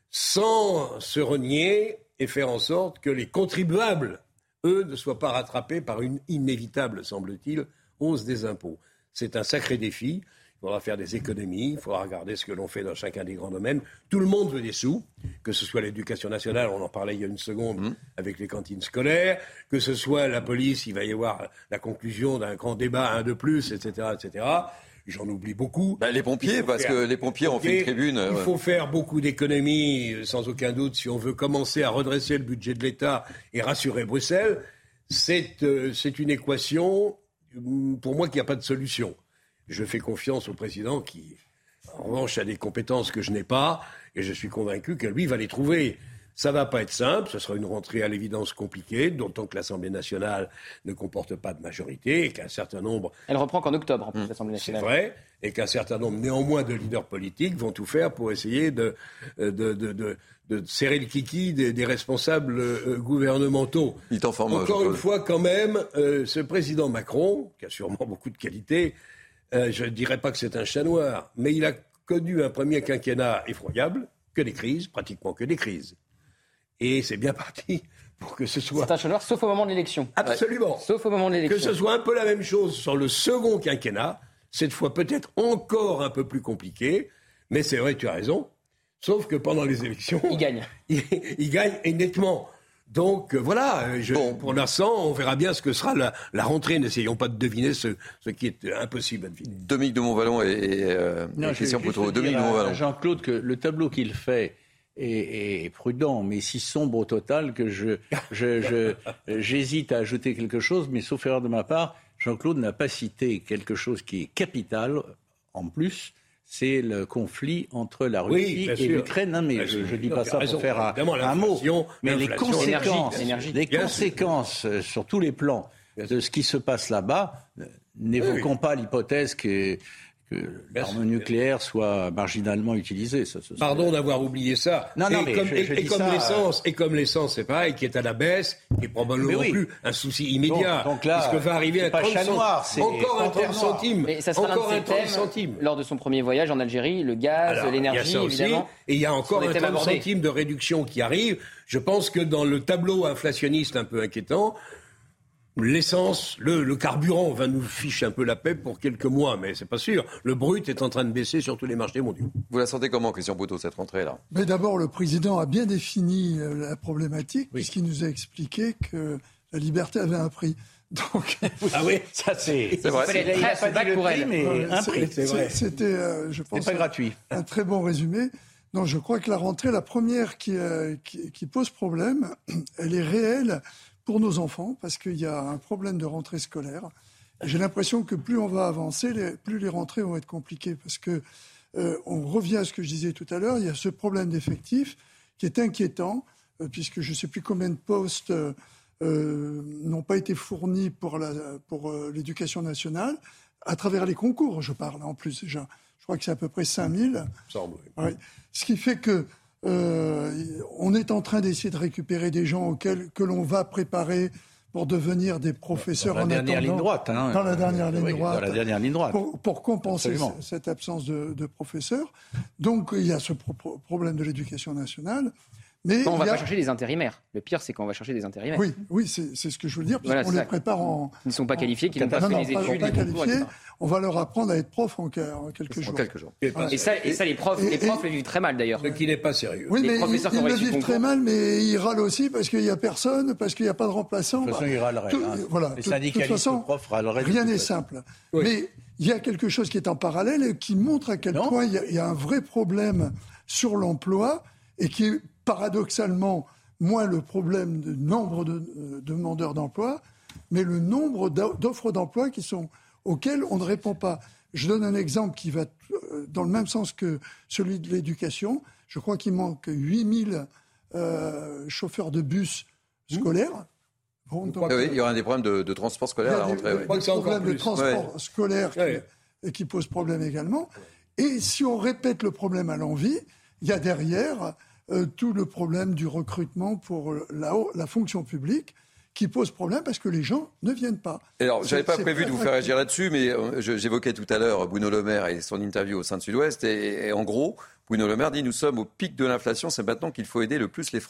sans se renier et faire en sorte que les contribuables, eux, ne soient pas rattrapés par une inévitable, semble-t-il, hausse des impôts. C'est un sacré défi. faudra faire des économies, il faudra regarder ce que l'on fait dans chacun des grands domaines. Tout le monde veut des sous, que ce soit l'éducation nationale, on en parlait il y a une seconde avec les cantines scolaires, que ce soit la police, il va y avoir la conclusion d'un grand débat, un de plus, etc., etc. J'en oublie beaucoup. Les pompiers, parce que les pompiers ont fait une tribune. Il faut faire beaucoup d'économies, sans aucun doute, si on veut commencer à redresser le budget de l'État et rassurer Bruxelles. C'est une équation, pour moi, qui n'a pas de solution. Je fais confiance au président qui, en revanche, a des compétences que je n'ai pas, et je suis convaincu que lui va les trouver. Ça va pas être simple, ce sera une rentrée à l'évidence compliquée, d'autant que l'Assemblée nationale ne comporte pas de majorité et qu'un certain nombre... Elle reprend qu'en octobre, en plus, l'Assemblée nationale. C'est vrai, et qu'un certain nombre, néanmoins, de leaders politiques vont tout faire pour essayer de serrer le kiki des responsables gouvernementaux. Encore une fois, quand même, ce président Macron, qui a sûrement beaucoup de qualités, je ne dirais pas que c'est un chat noir, mais il a connu un premier quinquennat effroyable, que des crises, pratiquement que des crises. Et c'est bien parti pour que ce soit... C'est un chat noir, sauf au moment de l'élection. Absolument. Sauf au moment de l'élection. Que ce soit un peu la même chose sur le second quinquennat, cette fois peut-être encore un peu plus compliqué, mais c'est vrai, tu as raison. Sauf que pendant les élections... Il gagne. Il gagne, et nettement. Donc voilà, pour l'instant, on verra bien ce que sera la rentrée. N'essayons pas de deviner ce qui est impossible à deviner. Dominique de Montvalon et Christian Poutot. Dominique de Montvalon. Jean-Claude, que le tableau qu'il fait est prudent, mais si sombre au total que j'hésite à ajouter quelque chose, mais sauf erreur de ma part, Jean-Claude n'a pas cité quelque chose qui est capital en plus. C'est le conflit entre la Russie et l'Ukraine. Non, mais je ne dis pas ça pour faire un mot. Mais les conséquences sur tous les plans de ce qui se passe là-bas, n'évoquons pas l'hypothèse que l'arme nucléaire soit marginalement utilisée. Pardon d'avoir oublié ça. Comme l'essence, c'est pareil, qui est à la baisse, et probablement plus un souci immédiat. Donc là, puisque va arriver un 30 centimes. Mais ça sera un de ses thèmes lors de son premier voyage en Algérie, le gaz, l'énergie, évidemment. Et il y a encore un 30 centimes de réduction qui arrive. Je pense que dans le tableau inflationniste un peu inquiétant, l'essence, le carburant va nous ficher un peu la paix pour quelques mois, mais c'est pas sûr. Le brut est en train de baisser sur tous les marchés mondiaux. Vous la sentez comment, Christian Poutot, cette rentrée-là ? Mais d'abord, le président a bien défini la problématique, puisqu'il nous a expliqué que la liberté avait un prix. Donc... Ah oui, ça c'est vrai. Il a pas dit le prix, mais un prix, c'est vrai. C'était, je pense, pas gratuit. Un très bon résumé. Non, je crois que la rentrée, la première qui pose problème, elle est réelle pour nos enfants, parce qu'il y a un problème de rentrée scolaire. J'ai l'impression que plus on va avancer, plus les rentrées vont être compliquées, parce que on revient à ce que je disais tout à l'heure, il y a ce problème d'effectifs qui est inquiétant, puisque je ne sais plus combien de postes n'ont pas été fournis pour l'éducation nationale, à travers les concours, je parle en plus déjà. Je crois que c'est à peu près 5000. Ouais. Ce qui fait que on est en train d'essayer de récupérer des gens que l'on va préparer pour devenir des professeurs dans la dernière ligne droite. Dans la dernière ligne droite. Dans la dernière ligne droite. Pour compenser cette absence de professeurs. Donc il y a ce problème de l'éducation nationale. Mais on ne va pas chercher des intérimaires. Le pire, c'est qu'on va chercher des intérimaires. Oui, c'est ce que je veux dire. On les prépare en... Ils ne sont pas qualifiés, qui n'ont pas fait les études. Pas qualifiés. On va leur apprendre à être prof en quelques jours. Et ça, les profs le vivent très mal, d'ailleurs. Ce qui n'est pas sérieux. Oui, mais ils le vivent très mal, mais ils râlent aussi parce qu'il n'y a personne, parce qu'il n'y a pas de remplaçant. De toute façon, ils râleraient. Les syndicalistes de profs râleraient. Rien n'est simple. Mais il y a quelque chose qui est en parallèle et qui montre à quel point il y a un vrai problème sur l'emploi et qui est paradoxalement moins le problème du nombre de demandeurs d'emploi, mais le nombre d'offres d'emploi auxquelles on ne répond pas. Je donne un exemple qui va dans le même sens que celui de l'éducation. Je crois qu'il manque 8000 chauffeurs de bus scolaires. Oui, il y aura des problèmes de transport scolaire à la rentrée. Il y a des problèmes de transport scolaire qui posent problème également. Et si on répète le problème à l'envi, il y a derrière tout le problème du recrutement pour la fonction publique qui pose problème parce que les gens ne viennent pas. Alors, je n'avais pas prévu de vous faire réagir là-dessus, mais j'évoquais tout à l'heure Bruno Le Maire et son interview au sein de Sud-Ouest. Et en gros, Bruno Le Maire dit « Nous sommes au pic de l'inflation, c'est maintenant qu'il faut aider le plus les Français ».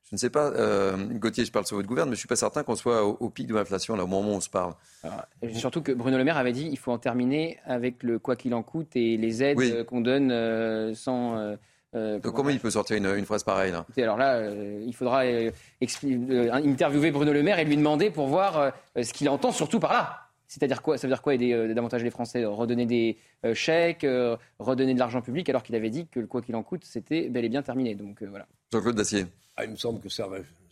Je ne sais pas, Gauthier, je parle sur votre gouvernement, mais je ne suis pas certain qu'on soit au pic de l'inflation, là, au moment où on se parle. Alors, surtout que Bruno Le Maire avait dit qu'il faut en terminer avec le quoi qu'il en coûte et les aides qu'on donne sans... Donc comment il peut sortir une phrase pareille là ? Alors là, il faudra interviewer Bruno Le Maire et lui demander pour voir ce qu'il entend surtout par là. C'est-à-dire quoi ? Ça veut dire quoi aider davantage les Français ? Redonner des chèques, redonner de l'argent public, alors qu'il avait dit que le quoi qu'il en coûte, c'était bel et bien terminé. Donc voilà. Jean-Claude Dacier. Il me semble que ça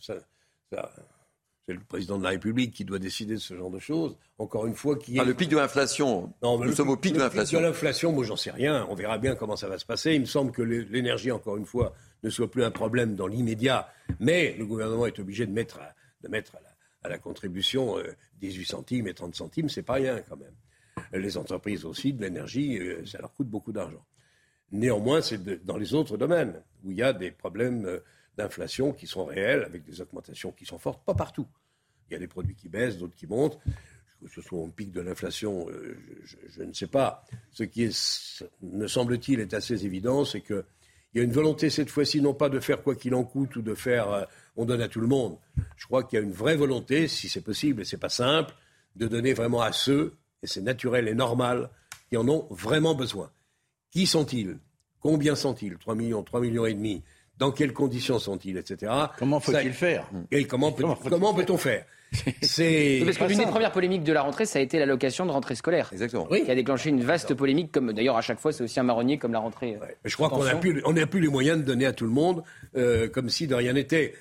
c'est le président de la République qui doit décider de ce genre de choses. Encore une fois, le pic de l'inflation. Nous sommes au pic de l'inflation. Le pic de l'inflation, moi, j'en sais rien. On verra bien comment ça va se passer. Il me semble que l'énergie, encore une fois, ne soit plus un problème dans l'immédiat. Mais le gouvernement est obligé de mettre à la contribution 18 centimes et 30 centimes. C'est pas rien, quand même. Les entreprises aussi, de l'énergie, ça leur coûte beaucoup d'argent. Néanmoins, c'est dans les autres domaines où il y a des problèmes d'inflation qui sont réels, avec des augmentations qui sont fortes, pas partout. Il y a des produits qui baissent, d'autres qui montent. Que ce soit au pic de l'inflation, je ne sais pas. Ce qui me semble-t-il, est assez évident, c'est qu'il y a une volonté cette fois-ci, non pas de faire quoi qu'il en coûte ou de faire on donne à tout le monde. Je crois qu'il y a une vraie volonté, si c'est possible, et c'est pas simple, de donner vraiment à ceux, et c'est naturel et normal, qui en ont vraiment besoin. Qui sont-ils ? Combien sont-ils ? 3 millions et demi. Dans quelles conditions sont-ils, etc. Comment faut-il faire ? Et comment peut-on faire ? Parce que l'une des premières polémiques de la rentrée, ça a été l'allocation de rentrée scolaire. Exactement. Qui a déclenché une vaste polémique, comme d'ailleurs à chaque fois, c'est aussi un marronnier comme la rentrée. Je crois qu'on n'a plus les moyens de donner à tout le monde comme si de rien n'était.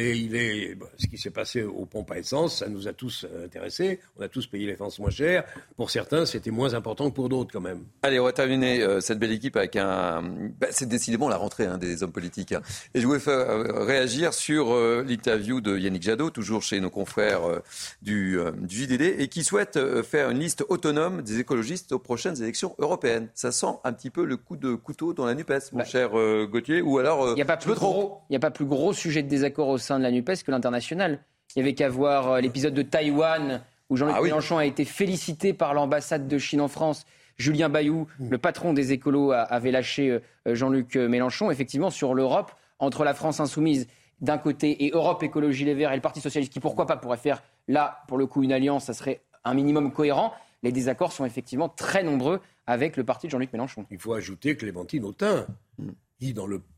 Ce qui s'est passé aux pompes à essence, ça nous a tous intéressés. On a tous payé l'essence moins cher. Pour certains, c'était moins important que pour d'autres, quand même. Allez, on va terminer cette belle équipe avec c'est décidément la rentrée des hommes politiques. Et je voulais faire réagir sur l'interview de Yannick Jadot, toujours chez nos confrères du JDD, et qui souhaite faire une liste autonome des écologistes aux prochaines élections européennes. Ça sent un petit peu le coup de couteau dans la NUPES, mon cher Gauthier, ou alors... Il n'y a pas plus gros sujet de désaccord au sein de la NUPES que l'international. Il n'y avait qu'à voir l'épisode de Taïwan où Jean-Luc Mélenchon a été félicité par l'ambassade de Chine en France. Julien Bayou, le patron des écolos, avait lâché Jean-Luc Mélenchon. Effectivement, sur l'Europe, entre la France insoumise d'un côté et Europe Écologie Les Verts et le Parti Socialiste, qui pourquoi pas pourrait faire là, pour le coup, une alliance, ça serait un minimum cohérent. Les désaccords sont effectivement très nombreux avec le parti de Jean-Luc Mélenchon. Il faut ajouter Clémentine Autain, qui dans le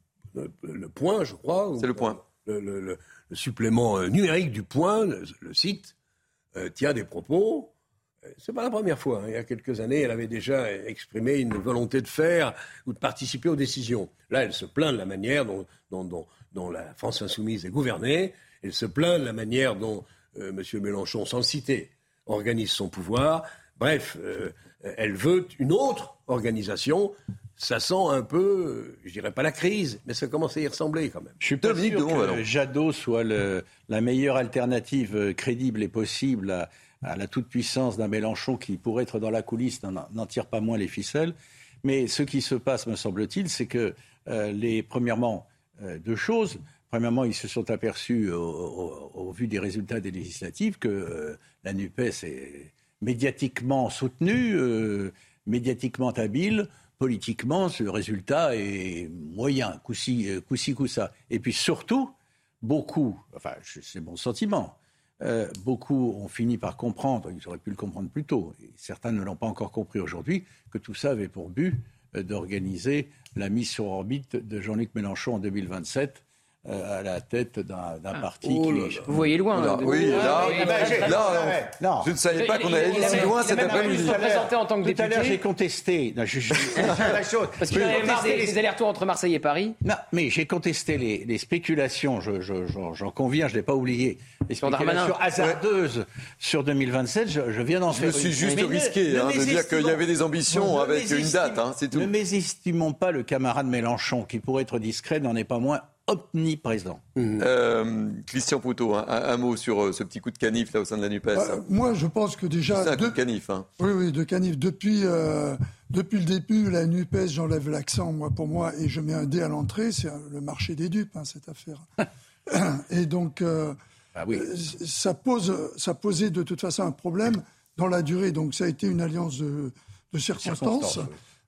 Point, je crois... C'est le Point. Le supplément numérique du Point, le site, tient des propos. C'est pas la première fois. Il y a quelques années, elle avait déjà exprimé une volonté de faire ou de participer aux décisions. Là, elle se plaint de la manière dont la France insoumise est gouvernée. Elle se plaint de la manière dont M. Mélenchon, sans le citer, organise son pouvoir. Bref, elle veut une autre organisation. Ça sent un peu, je dirais pas la crise, mais ça commence à y ressembler quand même. Je suis pas sûr que Jadot soit la meilleure alternative crédible et possible à la toute-puissance d'un Mélenchon qui pourrait être dans la coulisse, n'en tire pas moins les ficelles. Mais ce qui se passe, me semble-t-il, c'est que premièrement, deux choses. Premièrement, ils se sont aperçus, au vu des résultats des législatives, que la NUPES est médiatiquement soutenue, médiatiquement habile. Politiquement, ce résultat est moyen, coup-ci, coup-ça. Et puis surtout, beaucoup, enfin c'est mon sentiment, beaucoup ont fini par comprendre, ils auraient pu le comprendre plus tôt, et certains ne l'ont pas encore compris aujourd'hui, que tout ça avait pour but d'organiser la mise sur orbite de Jean-Luc Mélenchon en 2027. À la tête d'un parti qui... Vous voyez loin. Je ne savais pas qu'on allait si loin cet après-midi. En tant que député. Tout à l'heure, j'ai contesté... Parce qu'il y avait marre des allers-retours entre Marseille et Paris. Non, mais j'ai contesté les spéculations, j'en conviens, je ne l'ai pas oublié. Les spéculations hasardeuses sur 2027, je viens d'en faire. Je me suis juste risqué de dire qu'il y avait des ambitions avec une date, c'est tout. Ne mésestimons pas le camarade Mélenchon, qui pour être discret n'en est pas moins omniprésent. Christian Proutot, un mot sur ce petit coup de canif là au sein de la NUPES. Moi, je pense que déjà... C'est un coup de canif. Oui, de canif. Depuis le début, la NUPES, j'enlève l'accent, pour moi, et je mets un dé à l'entrée, c'est le marché des dupes, cette affaire. Et donc, ça posait de toute façon un problème dans la durée. Donc, ça a été une alliance de circonstances.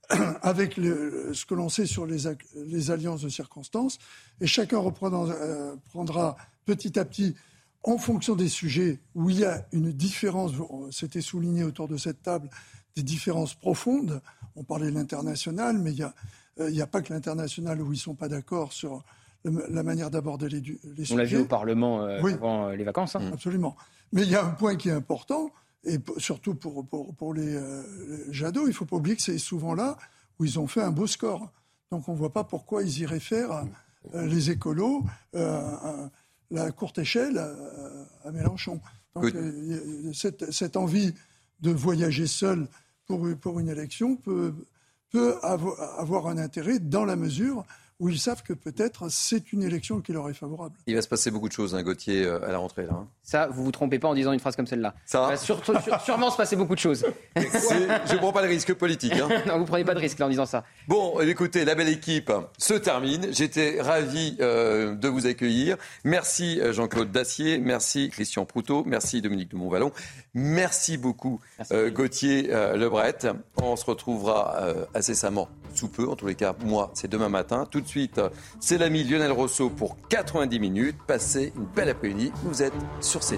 avec ce que l'on sait sur les alliances de circonstances, et chacun prendra petit à petit, en fonction des sujets où il y a une différence, c'était souligné autour de cette table, des différences profondes. On parlait de l'international, mais il n'y a pas que l'international où ils ne sont pas d'accord sur la manière d'aborder les sujets. On l'a vu au Parlement avant les vacances. Absolument. Mais il y a un point qui est important, et surtout pour les Jadot, il ne faut pas oublier que c'est souvent là où ils ont fait un beau score. Donc on ne voit pas pourquoi ils y réfèrent les écolos la courte échelle à Mélenchon. Donc cette envie de voyager seul pour une élection peut avoir un intérêt dans la mesure où ils savent que peut-être c'est une élection qui leur est favorable. Il va se passer beaucoup de choses, Gauthier, à la rentrée. Là. Ça, vous vous trompez pas en disant une phrase comme celle-là. Ça va sûrement se passer beaucoup de choses. Je ne prends pas de risque politique. Non, vous prenez pas de risque là en disant ça. Bon, écoutez, la belle équipe se termine. J'étais ravi de vous accueillir. Merci Jean-Claude Dacier, merci Christian Proutot, merci Dominique de Montvalon, merci beaucoup Gauthier Lebret. On se retrouvera incessamment sous peu, en tous les cas, moi, c'est demain matin. Tout de suite, c'est l'ami Lionel Rousseau pour 90 minutes. Passez une belle après-midi. Vous êtes sur CNews.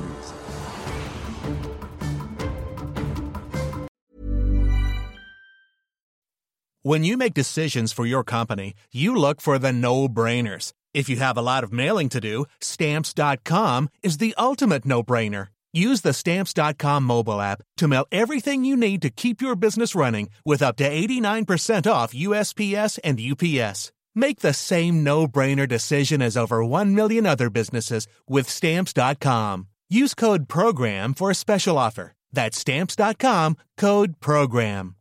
When you make decisions for your company, you look for the no-brainers. If you have a lot of mailing to do, Stamps.com is the ultimate no-brainer. Use the Stamps.com mobile app to mail everything you need to keep your business running with up to 89% off USPS and UPS. Make the same no-brainer decision as over 1 million other businesses with Stamps.com. Use code PROGRAM for a special offer. That's Stamps.com, code PROGRAM.